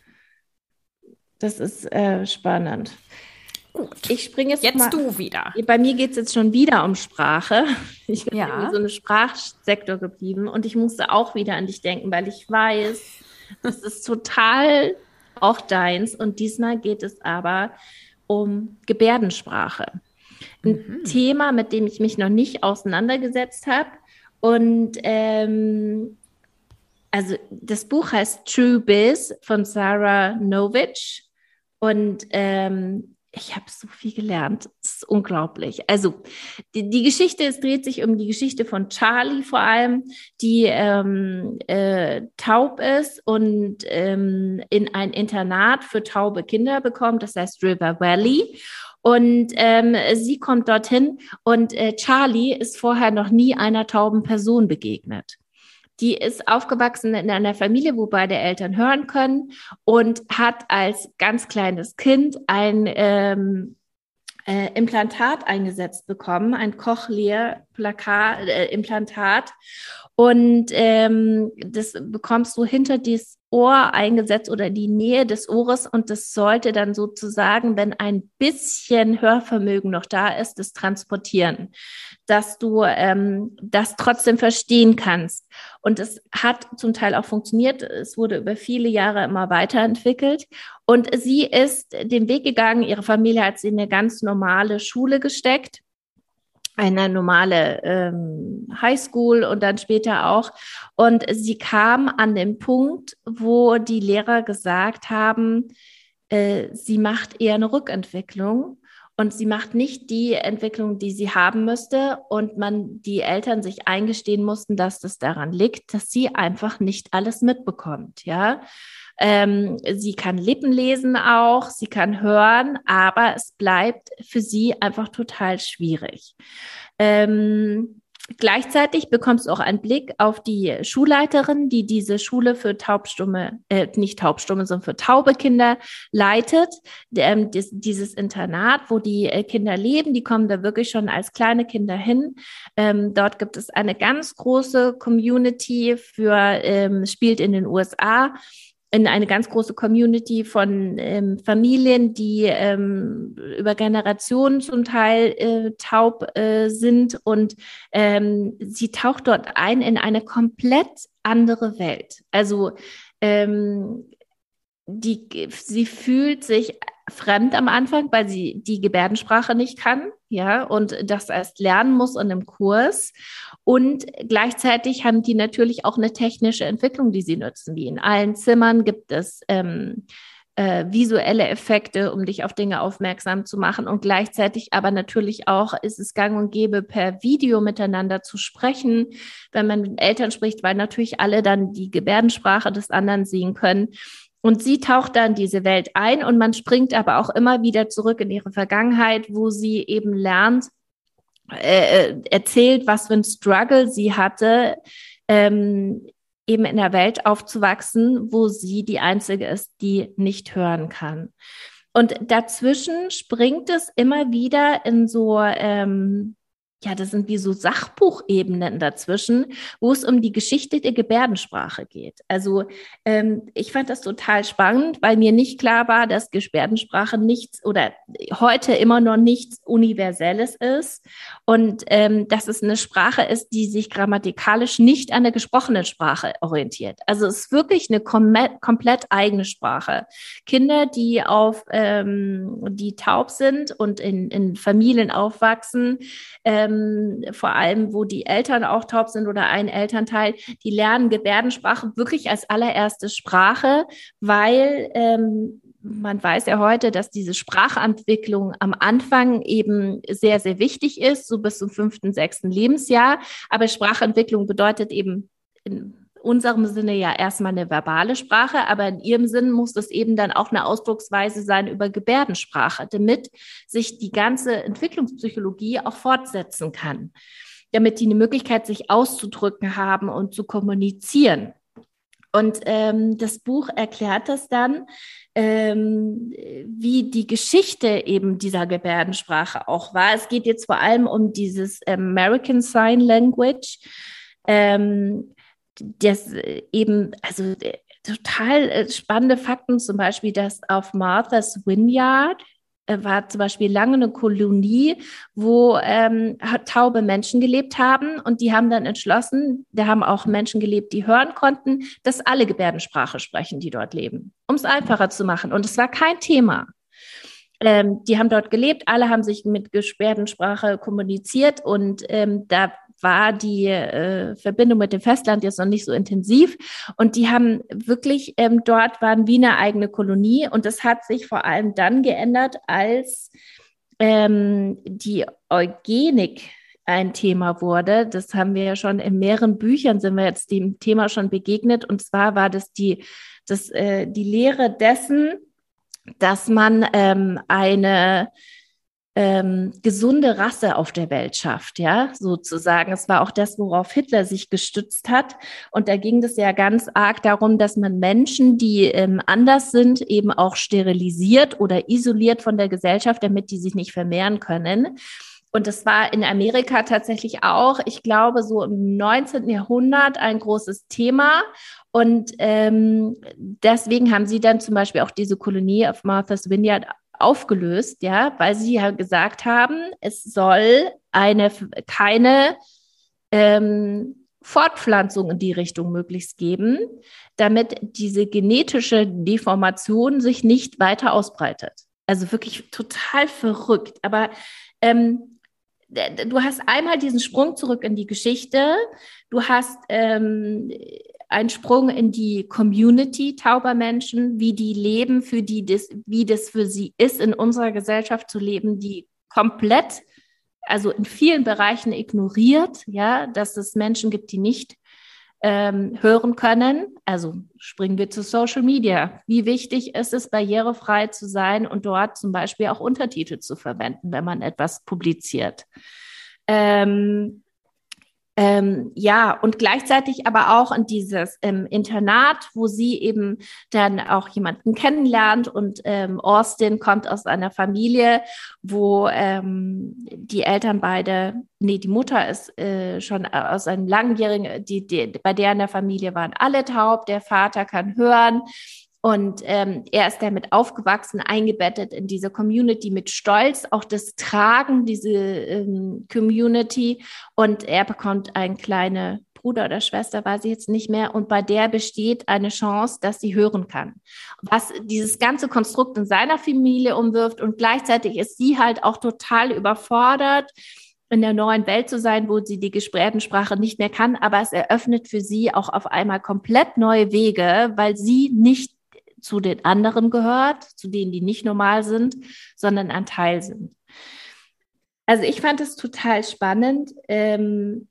Das ist äh, spannend. Gut. Ich springe jetzt, Jetzt mal. du wieder. Bei mir geht es jetzt schon wieder um Sprache. Ich bin Ja. irgendwie so im Sprachsektor geblieben und ich musste auch wieder an dich denken, weil ich weiß, es ist total auch deins. Und diesmal geht es aber um Gebärdensprache. Ein Mhm. Thema, mit dem ich mich noch nicht auseinandergesetzt habe. Und ähm, also das Buch heißt True Biz von Sarah Novich. Und ähm, ich habe so viel gelernt. Das ist unglaublich. Also die, die Geschichte, es dreht sich um die Geschichte von Charlie vor allem, die ähm, äh, taub ist und ähm, in ein Internat für taube Kinder bekommt, das heißt River Valley. Und ähm, sie kommt dorthin und äh, Charlie ist vorher noch nie einer tauben Person begegnet. Die ist aufgewachsen in einer Familie, wo beide Eltern hören können und hat als ganz kleines Kind ein ähm, äh, Implantat eingesetzt bekommen, ein Cochlear-Implantat. Und ähm, das bekommst du hinter das Ohr eingesetzt oder die Nähe des Ohres und das sollte dann sozusagen, wenn ein bisschen Hörvermögen noch da ist, das transportieren, dass du ähm, das trotzdem verstehen kannst. Und es hat zum Teil auch funktioniert. Es wurde über viele Jahre immer weiterentwickelt. Und sie ist den Weg gegangen, ihre Familie hat sie in eine ganz normale Schule gesteckt, eine normale ähm, Highschool und dann später auch. Und sie kam an den Punkt, wo die Lehrer gesagt haben, äh, sie macht eher eine Rückentwicklung und sie macht nicht die Entwicklung, die sie haben müsste. Und man, die Eltern sich eingestehen mussten, dass das daran liegt, dass sie einfach nicht alles mitbekommt, ja. Ähm, sie kann Lippen lesen auch, sie kann hören, aber es bleibt für sie einfach total schwierig. Ähm, gleichzeitig bekommst du auch einen Blick auf die Schulleiterin, die diese Schule für taubstumme, äh, nicht taubstumme, sondern für taube Kinder leitet. Ähm, das, dieses Internat, wo die äh, Kinder leben, die kommen da wirklich schon als kleine Kinder hin. Ähm, dort gibt es eine ganz große Community für, ähm, spielt in den U S A, in eine ganz große Community von ähm, Familien, die ähm, über Generationen zum Teil äh, taub äh, sind. Und ähm, sie taucht dort ein in eine komplett andere Welt. Also ähm, die, sie fühlt sich fremd am Anfang, weil sie die Gebärdensprache nicht kann, ja, und das erst lernen muss in einem Kurs. Und gleichzeitig haben die natürlich auch eine technische Entwicklung, die sie nutzen. Wie in allen Zimmern gibt es ähm, äh, visuelle Effekte, um dich auf Dinge aufmerksam zu machen. Und gleichzeitig aber natürlich auch ist es gang und gäbe, per Video miteinander zu sprechen, wenn man mit Eltern spricht, weil natürlich alle dann die Gebärdensprache des anderen sehen können. Und sie taucht dann in diese Welt ein und man springt aber auch immer wieder zurück in ihre Vergangenheit, wo sie eben lernt, äh, erzählt, was für ein Struggle sie hatte, ähm, eben in der Welt aufzuwachsen, wo sie die Einzige ist, die nicht hören kann. Und dazwischen springt es immer wieder in so, ähm, ja, das sind wie so Sachbuchebenen dazwischen, wo es um die Geschichte der Gebärdensprache geht. Also ähm, ich fand das total spannend, weil mir nicht klar war, dass Gebärdensprache nichts oder heute immer noch nichts Universelles ist und ähm, dass es eine Sprache ist, die sich grammatikalisch nicht an der gesprochenen Sprache orientiert. Also es ist wirklich eine kom- komplett eigene Sprache. Kinder, die auf, ähm, die taub sind und in, in Familien aufwachsen, ähm, vor allem, wo die Eltern auch taub sind oder ein Elternteil, die lernen Gebärdensprache wirklich als allererste Sprache, weil ähm, man weiß ja heute, dass diese Sprachentwicklung am Anfang eben sehr, sehr wichtig ist, so bis zum fünften, sechsten Lebensjahr. Aber Sprachentwicklung bedeutet eben in unserem Sinne ja erstmal eine verbale Sprache, aber in ihrem Sinn muss das eben dann auch eine Ausdrucksweise sein über Gebärdensprache, damit sich die ganze Entwicklungspsychologie auch fortsetzen kann. damit die eine Möglichkeit, sich auszudrücken haben und zu kommunizieren. Und ähm, das Buch erklärt das dann, ähm, wie die Geschichte eben dieser Gebärdensprache auch war. Es geht jetzt vor allem um dieses American Sign Language, ähm, das eben, also äh, total äh, spannende Fakten, zum Beispiel, dass auf Martha's Vineyard war zum Beispiel lange eine Kolonie, wo ähm, taube Menschen gelebt haben, und die haben dann entschlossen, da haben auch Menschen gelebt, die hören konnten, dass alle Gebärdensprache sprechen, die dort leben, um es einfacher zu machen. Und es war kein Thema. Ähm, die haben dort gelebt, alle haben sich mit Gebärdensprache kommuniziert, und ähm, da war die äh, Verbindung mit dem Festland jetzt noch nicht so intensiv. Und die haben wirklich, ähm, dort waren wie eine eigene Kolonie. Und das hat sich vor allem dann geändert, als ähm, die Eugenik ein Thema wurde. Das haben wir ja schon in mehreren Büchern, sind wir jetzt dem Thema schon begegnet. Und zwar war das die, das, äh, die Lehre dessen, dass man ähm, eine Ähm, gesunde Rasse auf der Welt schafft, ja, sozusagen. Es war auch das, worauf Hitler sich gestützt hat. Und da ging es ja ganz arg darum, dass man Menschen, die ähm, anders sind, eben auch sterilisiert oder isoliert von der Gesellschaft, damit die sich nicht vermehren können. Und das war in Amerika tatsächlich auch, ich glaube, so im neunzehnten Jahrhundert ein großes Thema. Und ähm, deswegen haben sie dann zum Beispiel auch diese Kolonie auf Martha's Vineyard aufgelöst, ja, weil sie ja gesagt haben, es soll eine keine ähm, Fortpflanzung in die Richtung möglichst geben, damit diese genetische Deformation sich nicht weiter ausbreitet. Also wirklich total verrückt. Aber ähm, du hast einmal diesen Sprung zurück in die Geschichte, du hast ähm, ein Sprung in die Community tauber Menschen, wie die leben, für die das, wie das für sie ist, in unserer Gesellschaft zu leben, die komplett, also in vielen Bereichen ignoriert, ja, dass es Menschen gibt, die nicht ähm, hören können. Also springen wir zu Social Media. Wie wichtig ist es, barrierefrei zu sein und dort zum Beispiel auch Untertitel zu verwenden, wenn man etwas publiziert. Ähm, Ähm, ja, und gleichzeitig aber auch in dieses ähm, Internat, wo sie eben dann auch jemanden kennenlernt, und ähm, Austin kommt aus einer Familie, wo ähm, die Eltern beide, nee, die Mutter ist äh, schon aus einem langjährigen, die, die, bei der in der Familie waren alle taub, der Vater kann hören. Und ähm, er ist damit aufgewachsen, eingebettet in diese Community mit Stolz, auch das Tragen, diese ähm, Community. Und er bekommt einen kleinen Bruder oder Schwester, weiß ich jetzt nicht mehr. Und bei der besteht eine Chance, dass sie hören kann. Was dieses ganze Konstrukt in seiner Familie umwirft. Und gleichzeitig ist sie halt auch total überfordert, in der neuen Welt zu sein, wo sie die Gebärdensprache nicht mehr kann. Aber es eröffnet für sie auch auf einmal komplett neue Wege, weil sie nicht zu den anderen gehört, zu denen, die nicht normal sind, sondern ein Teil sind. Also ich fand es total spannend, ähm,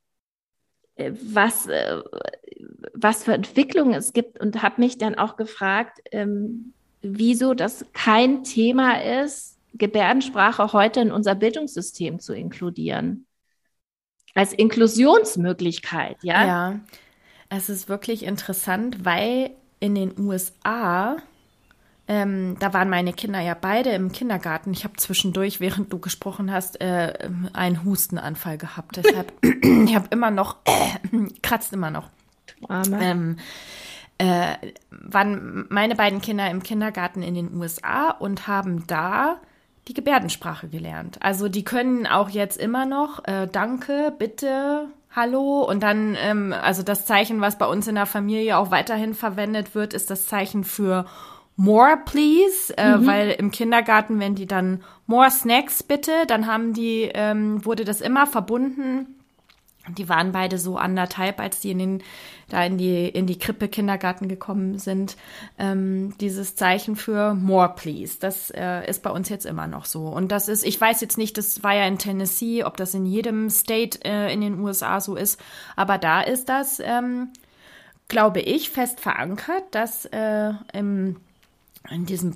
was, äh, was für Entwicklungen es gibt, und habe mich dann auch gefragt, ähm, wieso das kein Thema ist, Gebärdensprache heute in unser Bildungssystem zu inkludieren. Als Inklusionsmöglichkeit, ja? Ja, es ist wirklich interessant, weil in den U S A, ähm, da waren meine Kinder ja beide im Kindergarten. Ich habe zwischendurch, während du gesprochen hast, äh, einen Hustenanfall gehabt. Deshalb, ich habe immer noch, äh, kratzt immer noch. Ähm, äh, waren meine beiden Kinder im Kindergarten in den U S A und haben da die Gebärdensprache gelernt. Also die können auch jetzt immer noch äh, Danke, bitte, Hallo, und dann, ähm, also das Zeichen, was bei uns in der Familie auch weiterhin verwendet wird, ist das Zeichen für More, please, äh, mhm. weil im Kindergarten, wenn die dann More Snacks bitte, dann haben die, ähm, wurde das immer verbunden. Die waren beide so anderthalb, als die in den, da in die, in die Krippe Kindergarten gekommen sind. Ähm, dieses Zeichen für More, please, das äh, ist bei uns jetzt immer noch so. Und das ist, ich weiß jetzt nicht, das war ja in Tennessee, ob das in jedem State äh, in den U S A so ist, aber da ist das, ähm, glaube ich, fest verankert, dass äh, im in diesen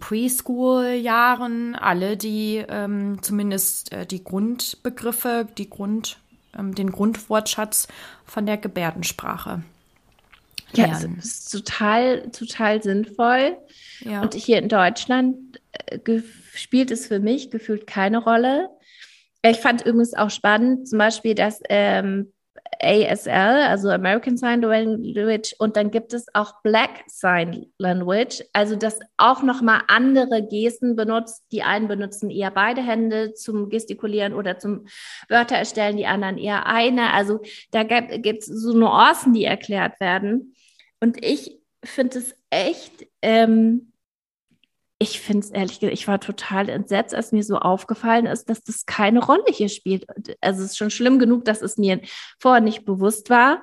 Preschool-Jahren alle die, ähm, zumindest äh, die Grundbegriffe, die Grund ähm, den Grundwortschatz von der Gebärdensprache lernen. Ja, das ist total, total sinnvoll. Ja. Und hier in Deutschland äh, spielt es für mich gefühlt keine Rolle. Ich fand übrigens auch spannend, zum Beispiel, dass ähm, A S L, also American Sign Language, und dann gibt es auch Black Sign Language, also dass auch nochmal andere Gesten benutzt. Die einen benutzen eher beide Hände zum Gestikulieren oder zum Wörter erstellen, die anderen eher eine. Also da gibt es so Nuancen, die erklärt werden. Und ich finde es echt, ähm, ich finde es ehrlich gesagt, ich war total entsetzt, als mir so aufgefallen ist, dass das keine Rolle hier spielt. Also es ist schon schlimm genug, dass es mir vorher nicht bewusst war.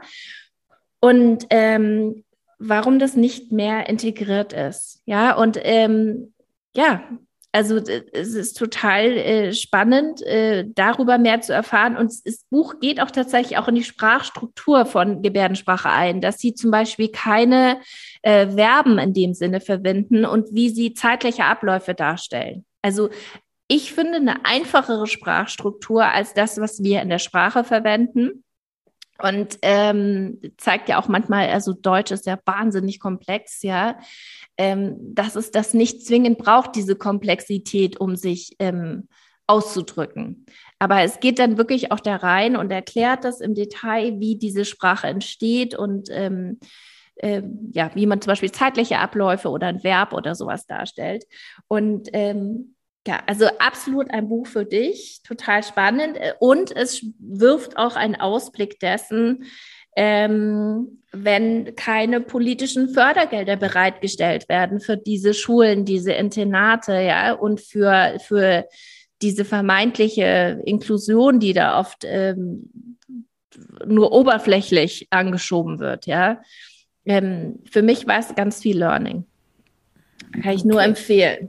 Und ähm, warum das nicht mehr integriert ist. Ja, und ähm, ja, also es ist total äh, spannend, äh, darüber mehr zu erfahren. Und das Buch geht auch tatsächlich auch in die Sprachstruktur von Gebärdensprache ein, dass sie zum Beispiel keine äh, Verben in dem Sinne verwenden und wie sie zeitliche Abläufe darstellen. Also ich finde eine einfachere Sprachstruktur als das, was wir in der Sprache verwenden. Und ähm, zeigt ja auch manchmal, also Deutsch ist ja wahnsinnig komplex, ja, ähm, dass es das nicht zwingend braucht, diese Komplexität, um sich ähm, auszudrücken. Aber es geht dann wirklich auch da rein und erklärt das im Detail, wie diese Sprache entsteht und ähm, äh, ja, wie man zum Beispiel zeitliche Abläufe oder ein Verb oder sowas darstellt. Und ähm, ja, also absolut ein Buch für dich, total spannend. Und es wirft auch einen Ausblick dessen, ähm, wenn keine politischen Fördergelder bereitgestellt werden für diese Schulen, diese Internate, ja, und für, für diese vermeintliche Inklusion, die da oft ähm, nur oberflächlich angeschoben wird, ja. Ähm, für mich war es ganz viel Learning. Kann ich okay. nur empfehlen.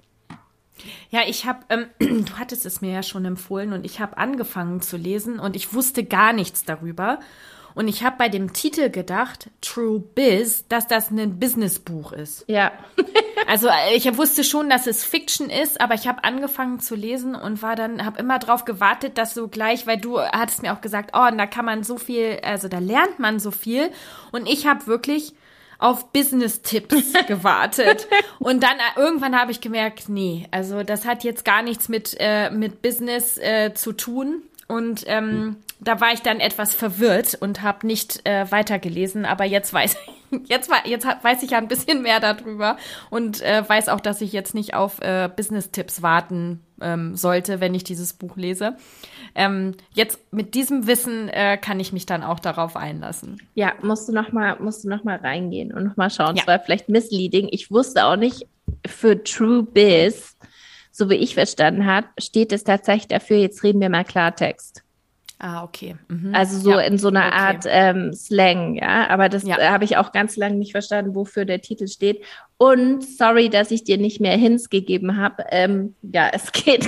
Ja, ich habe, ähm, du hattest es mir ja schon empfohlen und ich habe angefangen zu lesen und ich wusste gar nichts darüber. Und ich habe bei dem Titel gedacht, True Biz, dass das ein Businessbuch ist. Ja. Also ich wusste schon, dass es Fiction ist, aber ich habe angefangen zu lesen und war dann, habe immer drauf gewartet, dass so gleich, weil du hattest mir auch gesagt, oh, und da kann man so viel, also da lernt man so viel. Und ich habe wirklich auf Business-Tipps gewartet. Und dann äh, irgendwann habe ich gemerkt, nee, also das hat jetzt gar nichts mit, äh, mit Business äh, zu tun. Und ähm, da war ich dann etwas verwirrt und habe nicht äh, weitergelesen. Aber jetzt weiß ich, jetzt, jetzt weiß ich ja ein bisschen mehr darüber und äh, weiß auch, dass ich jetzt nicht auf äh, Business-Tipps warten ähm, sollte, wenn ich dieses Buch lese. Ähm, jetzt mit diesem Wissen äh, kann ich mich dann auch darauf einlassen. Ja, musst du noch mal, musst du noch mal reingehen und noch mal schauen. Es ja. war vielleicht misleading. Ich wusste auch nicht, für True Biz, so wie ich verstanden habe, steht es tatsächlich dafür, jetzt reden wir mal Klartext. Ah, okay. Mhm. Also so ja. in so einer okay. Art ähm, Slang, ja. Aber das ja. äh, habe ich auch ganz lange nicht verstanden, wofür der Titel steht. Und sorry, dass ich dir nicht mehr Hints gegeben habe. Ähm, ja, es geht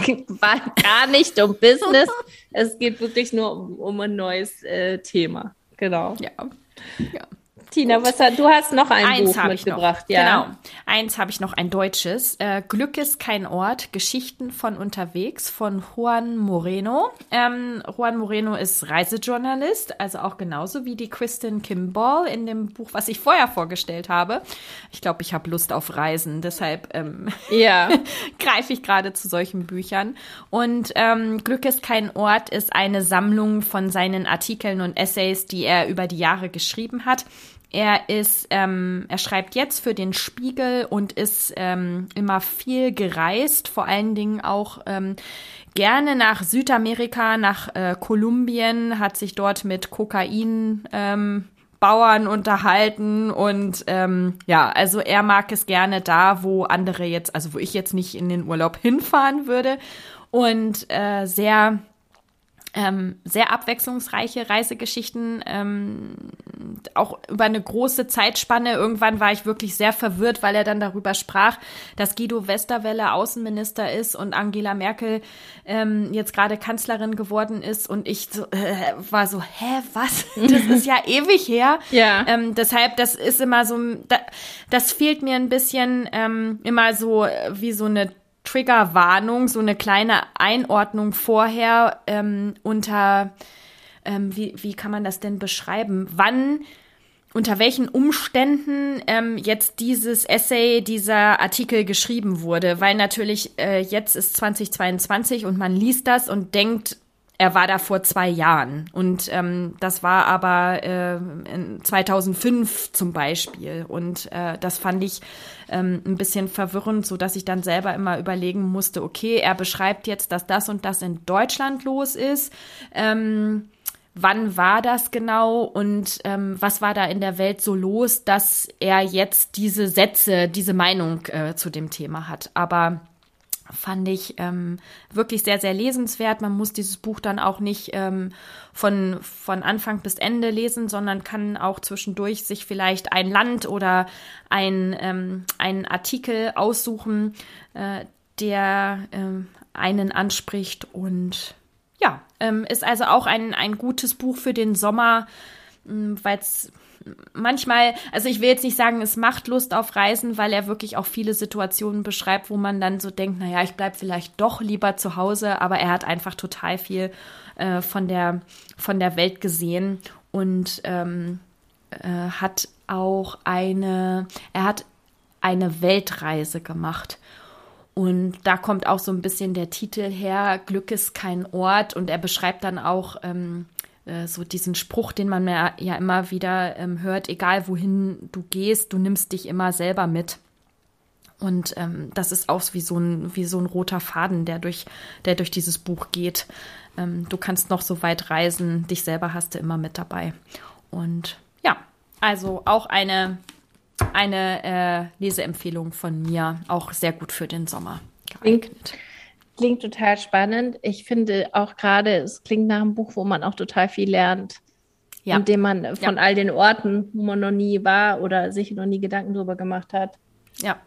gar nicht um Business. Es geht wirklich nur um, um ein neues äh, Thema. Genau. Ja. Ja. Tina, was hat, du hast noch ein Eins Buch mitgebracht, noch. ja? Genau. Eins habe ich noch, ein deutsches. Äh, Glück ist kein Ort, Geschichten von unterwegs von Juan Moreno. Ähm, Juan Moreno ist Reisejournalist, also auch genauso wie die Kristen Kimball in dem Buch, was ich vorher vorgestellt habe. Ich glaube, ich habe Lust auf Reisen, deshalb ähm, ja. greife ich gerade zu solchen Büchern. Und ähm, Glück ist kein Ort ist eine Sammlung von seinen Artikeln und Essays, die er über die Jahre geschrieben hat. Er ist, ähm, er schreibt jetzt für den Spiegel und ist ähm, immer viel gereist, vor allen Dingen auch ähm, gerne nach Südamerika, nach äh, Kolumbien, hat sich dort mit Kokain ähm, Bauern unterhalten und ähm, ja, also er mag es gerne da, wo andere jetzt, also wo ich jetzt nicht in den Urlaub hinfahren würde und äh, sehr Ähm, sehr abwechslungsreiche Reisegeschichten, ähm, auch über eine große Zeitspanne. Irgendwann war ich wirklich sehr verwirrt, weil er dann darüber sprach, dass Guido Westerwelle Außenminister ist und Angela Merkel ähm, jetzt gerade Kanzlerin geworden ist. Und ich so, äh, war so, hä, was? Das ist ja ewig her. Ja. Ähm, deshalb, das ist immer so, da, das fehlt mir ein bisschen ähm, immer so wie so eine Triggerwarnung, so eine kleine Einordnung vorher ähm, unter ähm, wie, wie kann man das denn beschreiben? Wann, unter welchen Umständen ähm, jetzt dieses Essay, dieser Artikel geschrieben wurde? Weil natürlich äh, jetzt ist zwanzig zweiundzwanzig und man liest das und denkt, er war da vor zwei Jahren. Und ähm, das war aber äh, in zweitausendfünf zum Beispiel. Und äh, das fand ich ähm, ein bisschen verwirrend, so dass ich dann selber immer überlegen musste, okay, er beschreibt jetzt, dass das und das in Deutschland los ist. Ähm, wann war das genau und ähm, was war da in der Welt so los, dass er jetzt diese Sätze, diese Meinung äh, zu dem Thema hat. Aber fand ich ähm, wirklich sehr, sehr lesenswert. Man muss dieses Buch dann auch nicht ähm, von, von Anfang bis Ende lesen, sondern kann auch zwischendurch sich vielleicht ein Land oder ein, ähm, einen Artikel aussuchen, äh, der ähm, einen anspricht. Und ja, ähm, ist also auch ein, ein gutes Buch für den Sommer, weil es manchmal, also ich will jetzt nicht sagen, es macht Lust auf Reisen, weil er wirklich auch viele Situationen beschreibt, wo man dann so denkt, naja, ich bleib vielleicht doch lieber zu Hause, aber er hat einfach total viel äh, von der, von der Welt gesehen und ähm, äh, hat auch eine, er hat eine Weltreise gemacht. Und da kommt auch so ein bisschen der Titel her, Glück ist kein Ort. Und er beschreibt dann auch ähm, so diesen Spruch, den man ja, ja immer wieder ähm, hört, egal wohin du gehst, du nimmst dich immer selber mit. Und ähm, das ist auch wie so ein, wie so ein roter Faden, der durch, der durch dieses Buch geht. Ähm, du kannst noch so weit reisen, dich selber hast du immer mit dabei. Und ja, also auch eine, eine äh, Leseempfehlung von mir, auch sehr gut für den Sommer geeignet. Klingt total spannend. Ich finde auch gerade, es klingt nach einem Buch, wo man auch total viel lernt, ja. indem man von ja. all den Orten, wo man noch nie war oder sich noch nie Gedanken drüber gemacht hat. Ja.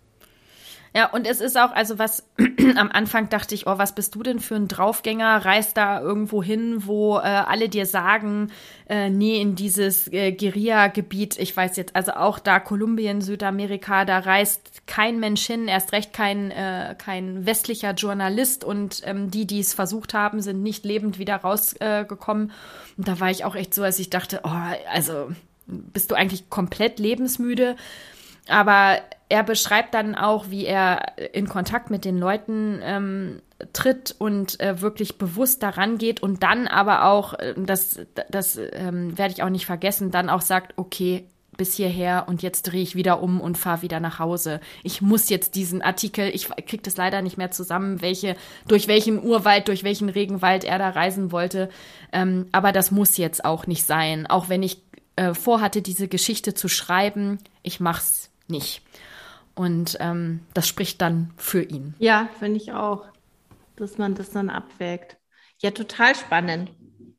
Ja, und es ist auch, also was, am Anfang dachte ich, oh, was bist du denn für ein Draufgänger? Reist da irgendwo hin, wo äh, alle dir sagen, äh, nee, in dieses äh, Guerilla-Gebiet, ich weiß jetzt, also auch da Kolumbien, Südamerika, da reist kein Mensch hin, erst recht kein, äh, kein westlicher Journalist und ähm, die, die es versucht haben, sind nicht lebend wieder rausgekommen. Äh, und da war ich auch echt so, als ich dachte, oh, also bist du eigentlich komplett lebensmüde? Aber er beschreibt dann auch, wie er in Kontakt mit den Leuten ähm, tritt und äh, wirklich bewusst daran geht und dann aber auch, das, das ähm, werde ich auch nicht vergessen, dann auch sagt, okay, bis hierher und jetzt drehe ich wieder um und fahre wieder nach Hause. Ich muss jetzt diesen Artikel, ich kriege das leider nicht mehr zusammen, welche, durch welchen Urwald, durch welchen Regenwald er da reisen wollte. Ähm, aber das muss jetzt auch nicht sein. Auch wenn ich äh, vorhatte, diese Geschichte zu schreiben, ich mach's nicht. Und ähm, das spricht dann für ihn. Ja, finde ich auch, dass man das dann abwägt. Ja, total spannend.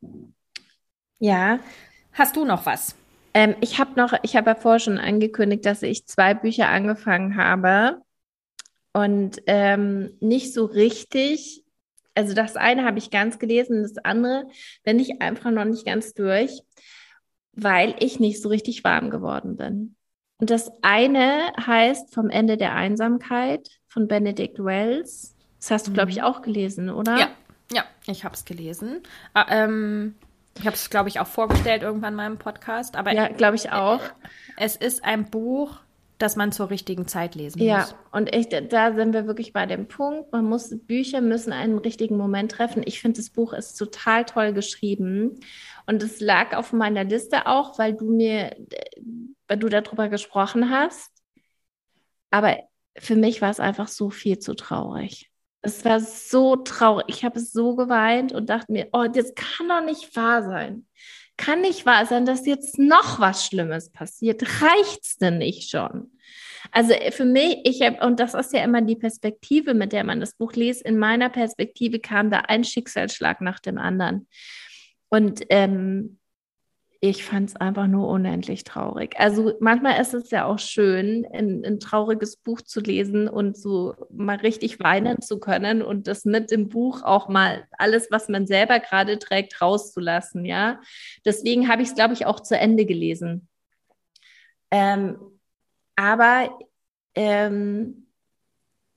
Ja. Hast du noch was? Ähm, ich habe noch, ich habe ja vorher schon angekündigt, dass ich zwei Bücher angefangen habe und ähm, nicht so richtig. Also das eine habe ich ganz gelesen, das andere bin ich einfach noch nicht ganz durch, weil ich nicht so richtig warm geworden bin. Und das eine heißt Vom Ende der Einsamkeit von Benedict Wells. Das hast du, glaube ich, auch gelesen, oder? Ja, ja, ich habe es gelesen. Ah, ähm, ich habe es, glaube ich, auch vorgestellt irgendwann in meinem Podcast. Aber ja, glaube ich auch. Es ist ein Buch, das man zur richtigen Zeit lesen ja, muss. Ja, und echt, da sind wir wirklich bei dem Punkt. Man muss, Bücher müssen einen richtigen Moment treffen. Ich finde, das Buch ist total toll geschrieben. Und es lag auf meiner Liste auch, weil du mir, weil du darüber gesprochen hast. Aber für mich war es einfach so viel zu traurig. Es war so traurig. Ich habe so geweint und dachte mir, oh, das kann doch nicht wahr sein. Kann nicht wahr sein, dass jetzt noch was Schlimmes passiert. Reicht's denn nicht schon? Also für mich, ich habe, und das ist ja immer die Perspektive, mit der man das Buch liest, in meiner Perspektive kam da ein Schicksalsschlag nach dem anderen. Und ähm, ich fand es einfach nur unendlich traurig. Also manchmal ist es ja auch schön, ein, ein trauriges Buch zu lesen und so mal richtig weinen zu können und das mit dem Buch auch mal alles, was man selber gerade trägt, rauszulassen, ja. Deswegen habe ich es, glaube ich, auch zu Ende gelesen. Ähm, aber ähm,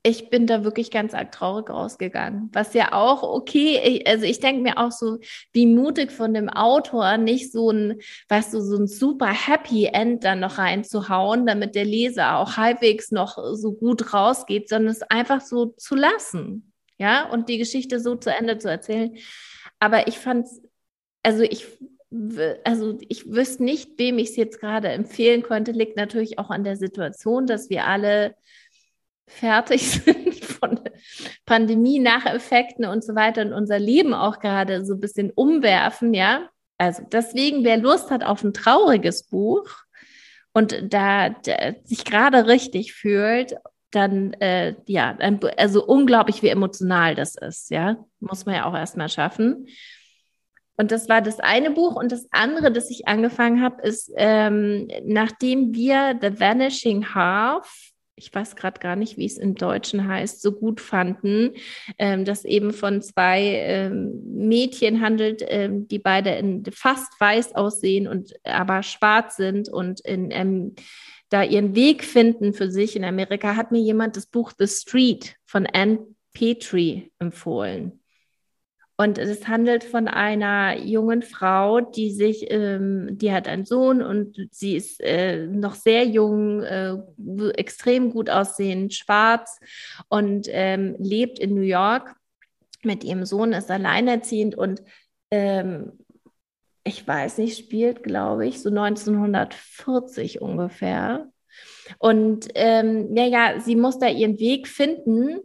ich bin da wirklich ganz arg traurig rausgegangen. Was ja auch okay, ich, also ich denke mir auch so, wie mutig von dem Autor, nicht so ein, weißt du, so ein super Happy End dann noch reinzuhauen, damit der Leser auch halbwegs noch so gut rausgeht, sondern es einfach so zu lassen, ja, und die Geschichte so zu Ende zu erzählen. Aber ich fand's, also ich Also ich wüsste nicht, wem ich es jetzt gerade empfehlen könnte, liegt natürlich auch an der Situation, dass wir alle fertig sind von Pandemie-Nacheffekten und so weiter und unser Leben auch gerade so ein bisschen umwerfen, ja. Also deswegen, wer Lust hat auf ein trauriges Buch und da, da sich gerade richtig fühlt, dann, äh, ja, also unglaublich, wie emotional das ist, ja. Muss man ja auch erstmal schaffen. Und das war das eine Buch. Und das andere, das ich angefangen habe, ist, ähm, nachdem wir The Vanishing Half, ich weiß gerade gar nicht, wie es im Deutschen heißt, so gut fanden, ähm, das eben von zwei ähm, Mädchen handelt, ähm, die beide in fast weiß aussehen und aber schwarz sind und in, ähm, da ihren Weg finden für sich in Amerika, hat mir jemand das Buch The Street von Anne Petrie empfohlen. Und es handelt von einer jungen Frau, die sich, ähm, die hat einen Sohn und sie ist äh, noch sehr jung, äh, extrem gut aussehend, schwarz und ähm, lebt in New York mit ihrem Sohn, ist alleinerziehend und ähm, ich weiß nicht, spielt, glaube ich, so neunzehnhundertvierzig ungefähr. Und ähm, naja, sie muss da ihren Weg finden.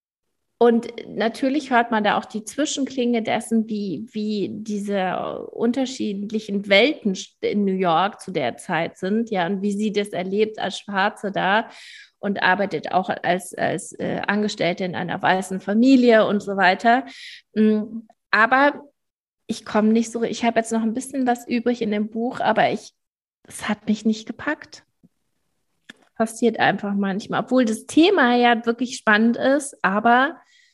Und natürlich hört man da auch die Zwischenklinge dessen, wie, wie diese unterschiedlichen Welten in New York zu der Zeit sind, ja, und wie sie das erlebt als Schwarze da und arbeitet auch als, als äh, Angestellte in einer weißen Familie und so weiter. Aber ich komme nicht so, ich habe jetzt noch ein bisschen was übrig in dem Buch, aber ich, es hat mich nicht gepackt. Passiert einfach manchmal, obwohl das Thema ja wirklich spannend ist, aber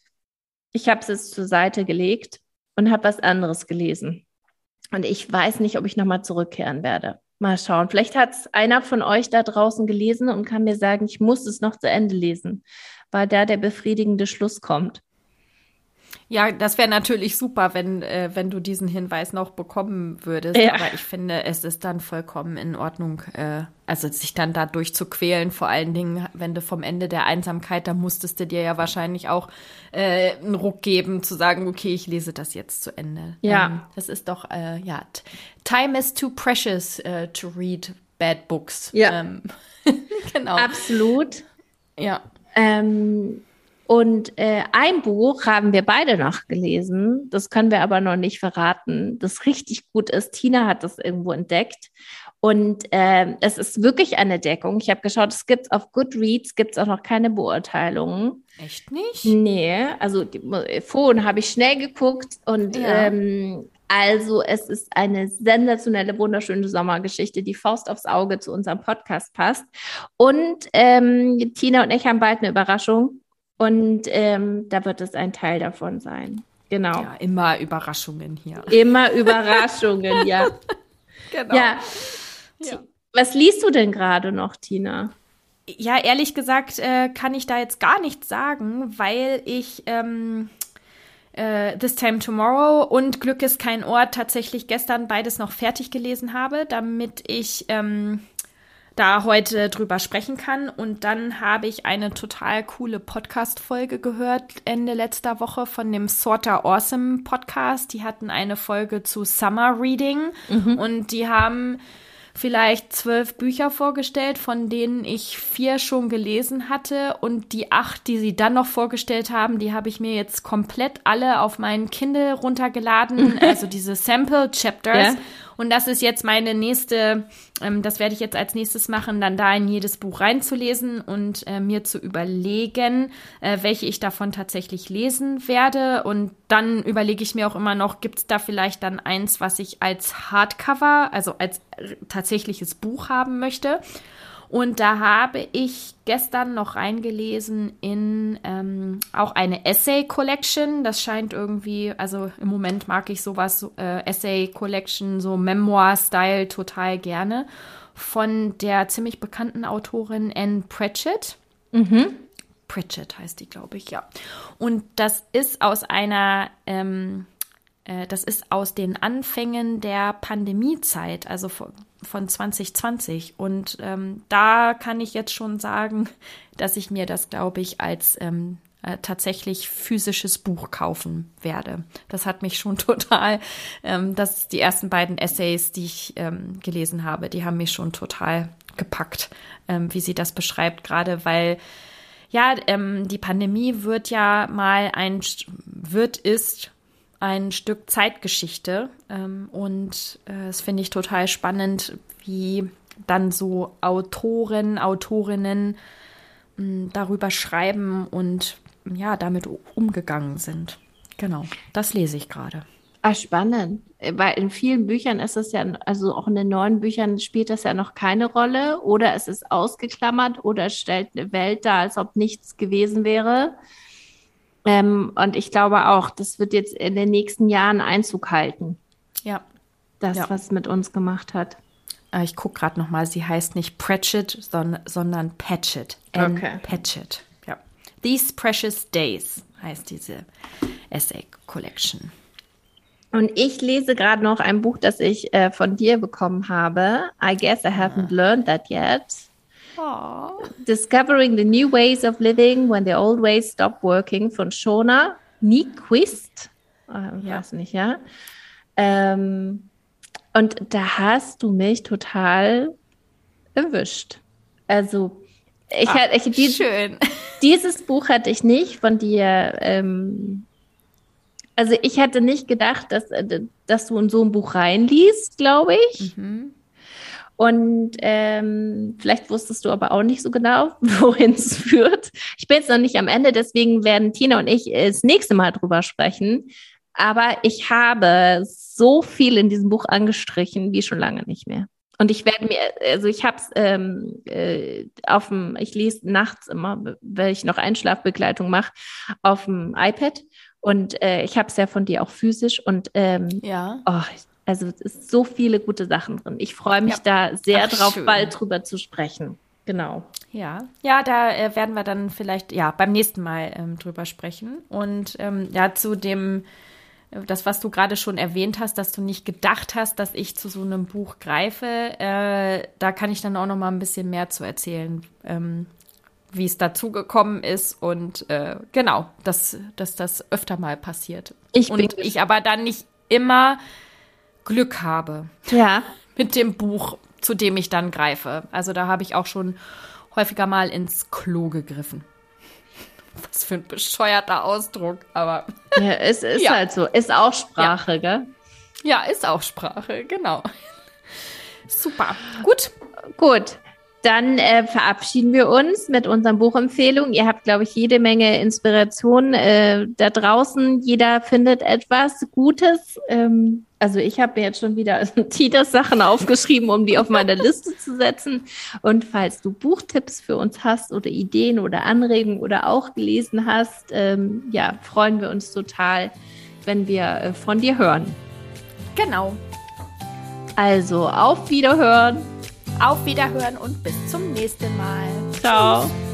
ich habe es jetzt zur Seite gelegt und habe was anderes gelesen. Und ich weiß nicht, ob ich nochmal zurückkehren werde. Mal schauen. Vielleicht hat es einer von euch da draußen gelesen und kann mir sagen, ich muss es noch zu Ende lesen, weil da der befriedigende Schluss kommt. Ja, das wäre natürlich super, wenn, äh, wenn du diesen Hinweis noch bekommen würdest. Ja. Aber ich finde, es ist dann vollkommen in Ordnung, äh, also sich dann da durchzuquälen. Vor allen Dingen, wenn du vom Ende der Einsamkeit, da musstest du dir ja wahrscheinlich auch äh, einen Ruck geben, zu sagen, okay, ich lese das jetzt zu Ende. Ja. Ähm, das ist doch, äh, ja, time is too precious uh, to read bad books. Ja. Ähm, genau. Absolut. Ja. Ähm, Und äh, ein Buch haben wir beide noch gelesen, das können wir aber noch nicht verraten, das richtig gut ist. Tina hat das irgendwo entdeckt und äh, es ist wirklich eine Deckung. Ich habe geschaut, es gibt auf Goodreads, gibt es auch noch keine Beurteilungen. Echt nicht? Nee, also die, vorhin habe ich schnell geguckt und Ja. ähm, also es ist eine sensationelle, wunderschöne Sommergeschichte, die Faust aufs Auge zu unserem Podcast passt. Und ähm, Tina und ich haben bald eine Überraschung. Und ähm, da wird es ein Teil davon sein. Genau. Ja, immer Überraschungen hier. Immer Überraschungen, ja. Genau. Ja. Ja. Was liest du denn gerade noch, Tina? Ja, ehrlich gesagt äh, kann ich da jetzt gar nichts sagen, weil ich ähm, äh, This Time Tomorrow und Glück ist kein Ort tatsächlich gestern beides noch fertig gelesen habe, damit ich ähm, da heute drüber sprechen kann. Und dann habe ich eine total coole Podcast-Folge gehört Ende letzter Woche von dem Sorta Awesome Podcast. Die hatten eine Folge zu Summer Reading mhm. und die haben vielleicht zwölf Bücher vorgestellt, von denen ich vier schon gelesen hatte. Und die acht, die sie dann noch vorgestellt haben, die habe ich mir jetzt komplett alle auf meinen Kindle runtergeladen, also diese Sample Chapters. Ja. Und das ist jetzt meine nächste, ähm, das werde ich jetzt als nächstes machen, dann da in jedes Buch reinzulesen und äh, mir zu überlegen, äh, welche ich davon tatsächlich lesen werde. Und dann überlege ich mir auch immer noch, gibt es da vielleicht dann eins, was ich als Hardcover, also als äh, tatsächliches Buch haben möchte. Und da habe ich gestern noch reingelesen in ähm, auch eine Essay-Collection. Das scheint irgendwie, also im Moment mag ich sowas, äh, Essay-Collection, so Memoir-Style total gerne, von der ziemlich bekannten Autorin Anne Pratchett. Mhm. Pratchett heißt die, glaube ich, ja. Und das ist aus einer, ähm, äh, das ist aus den Anfängen der Pandemiezeit, also von, von zwanzig zwanzig. Und ähm, da kann ich jetzt schon sagen, dass ich mir das, glaube ich, als ähm, äh, tatsächlich physisches Buch kaufen werde. Das hat mich schon total, ähm, das die ersten beiden Essays, die ich ähm, gelesen habe, die haben mich schon total gepackt, ähm, wie sie das beschreibt, gerade weil ja, ähm, die Pandemie wird ja mal ein, wird, ist ein Stück Zeitgeschichte. Ähm, und äh, das finde ich total spannend, wie dann so Autoren, Autorinnen mh, darüber schreiben und ja, damit umgegangen sind. Genau, das lese ich gerade. Ah, spannend. Weil in vielen Büchern ist es ja, also auch in den neuen Büchern spielt das ja noch keine Rolle oder es ist ausgeklammert oder stellt eine Welt dar, als ob nichts gewesen wäre. Ähm, und ich glaube auch, das wird jetzt in den nächsten Jahren Einzug halten. Ja. Das, ja. was es mit uns gemacht hat. Ich gucke gerade nochmal, sie heißt nicht Pratchett, sondern, sondern Patchett. Anne okay. Patchett. Ja. These Precious Days heißt diese Essay Collection. Und ich lese gerade noch ein Buch, das ich äh, von dir bekommen habe. I guess I haven't learned that yet. Aww. Discovering the New Ways of Living When the Old Ways Stop Working von Shona Nyquist. Äh, ja. Weiß nicht, ja. Ähm, und da hast du mich total erwischt. Also, ich Ach, hatte, ich, dies, schön. Dieses Buch hatte ich nicht von dir. Ähm, also, ich hätte nicht gedacht, dass, dass du in so ein Buch reinliest, glaube ich. Mhm. Und ähm, vielleicht wusstest du aber auch nicht so genau, wohin es führt. Ich bin jetzt noch nicht am Ende, deswegen werden Tina und ich das nächste Mal drüber sprechen. Aber ich habe so viel in diesem Buch angestrichen, wie schon lange nicht mehr. Und ich werde mir, also ich habe es ähm, äh, auf dem, ich lese nachts immer, wenn ich noch Einschlafbegleitung mache, auf dem iPad. Und äh, ich habe es ja von dir auch physisch. Und ähm, ja. oh, also es ist so viele gute Sachen drin. Ich freue mich ja. da sehr Ach, drauf, schön. bald drüber zu sprechen. Genau. Ja, ja, da äh, werden wir dann vielleicht ja beim nächsten Mal ähm, drüber sprechen. Und ähm, ja, zu dem, das, was du gerade schon erwähnt hast, dass du nicht gedacht hast, dass ich zu so einem Buch greife, äh, da kann ich dann auch noch mal ein bisschen mehr zu erzählen, ähm, wie es dazu gekommen ist und äh, genau, dass, dass das öfter mal passiert. Ich und bin ich aber dann nicht immer Glück habe ja. mit dem Buch, zu dem ich dann greife. Also da habe ich auch schon häufiger mal ins Klo gegriffen. Was für ein bescheuerter Ausdruck, aber ja, es ist ja. halt so. Ist auch Sprache, ja. gell? Ja, ist auch Sprache, genau. Super, gut. Gut. Dann äh, verabschieden wir uns mit unseren Buchempfehlungen. Ihr habt, glaube ich, jede Menge Inspiration äh, da draußen. Jeder findet etwas Gutes. Ähm, also ich habe mir jetzt schon wieder Tinas Sachen aufgeschrieben, um die auf meine Liste zu setzen. Und falls du Buchtipps für uns hast oder Ideen oder Anregungen oder auch gelesen hast, ähm, ja, freuen wir uns total, wenn wir äh, von dir hören. Genau. Also auf Wiederhören. Auf Wiederhören und bis zum nächsten Mal. Ciao. Tschüss.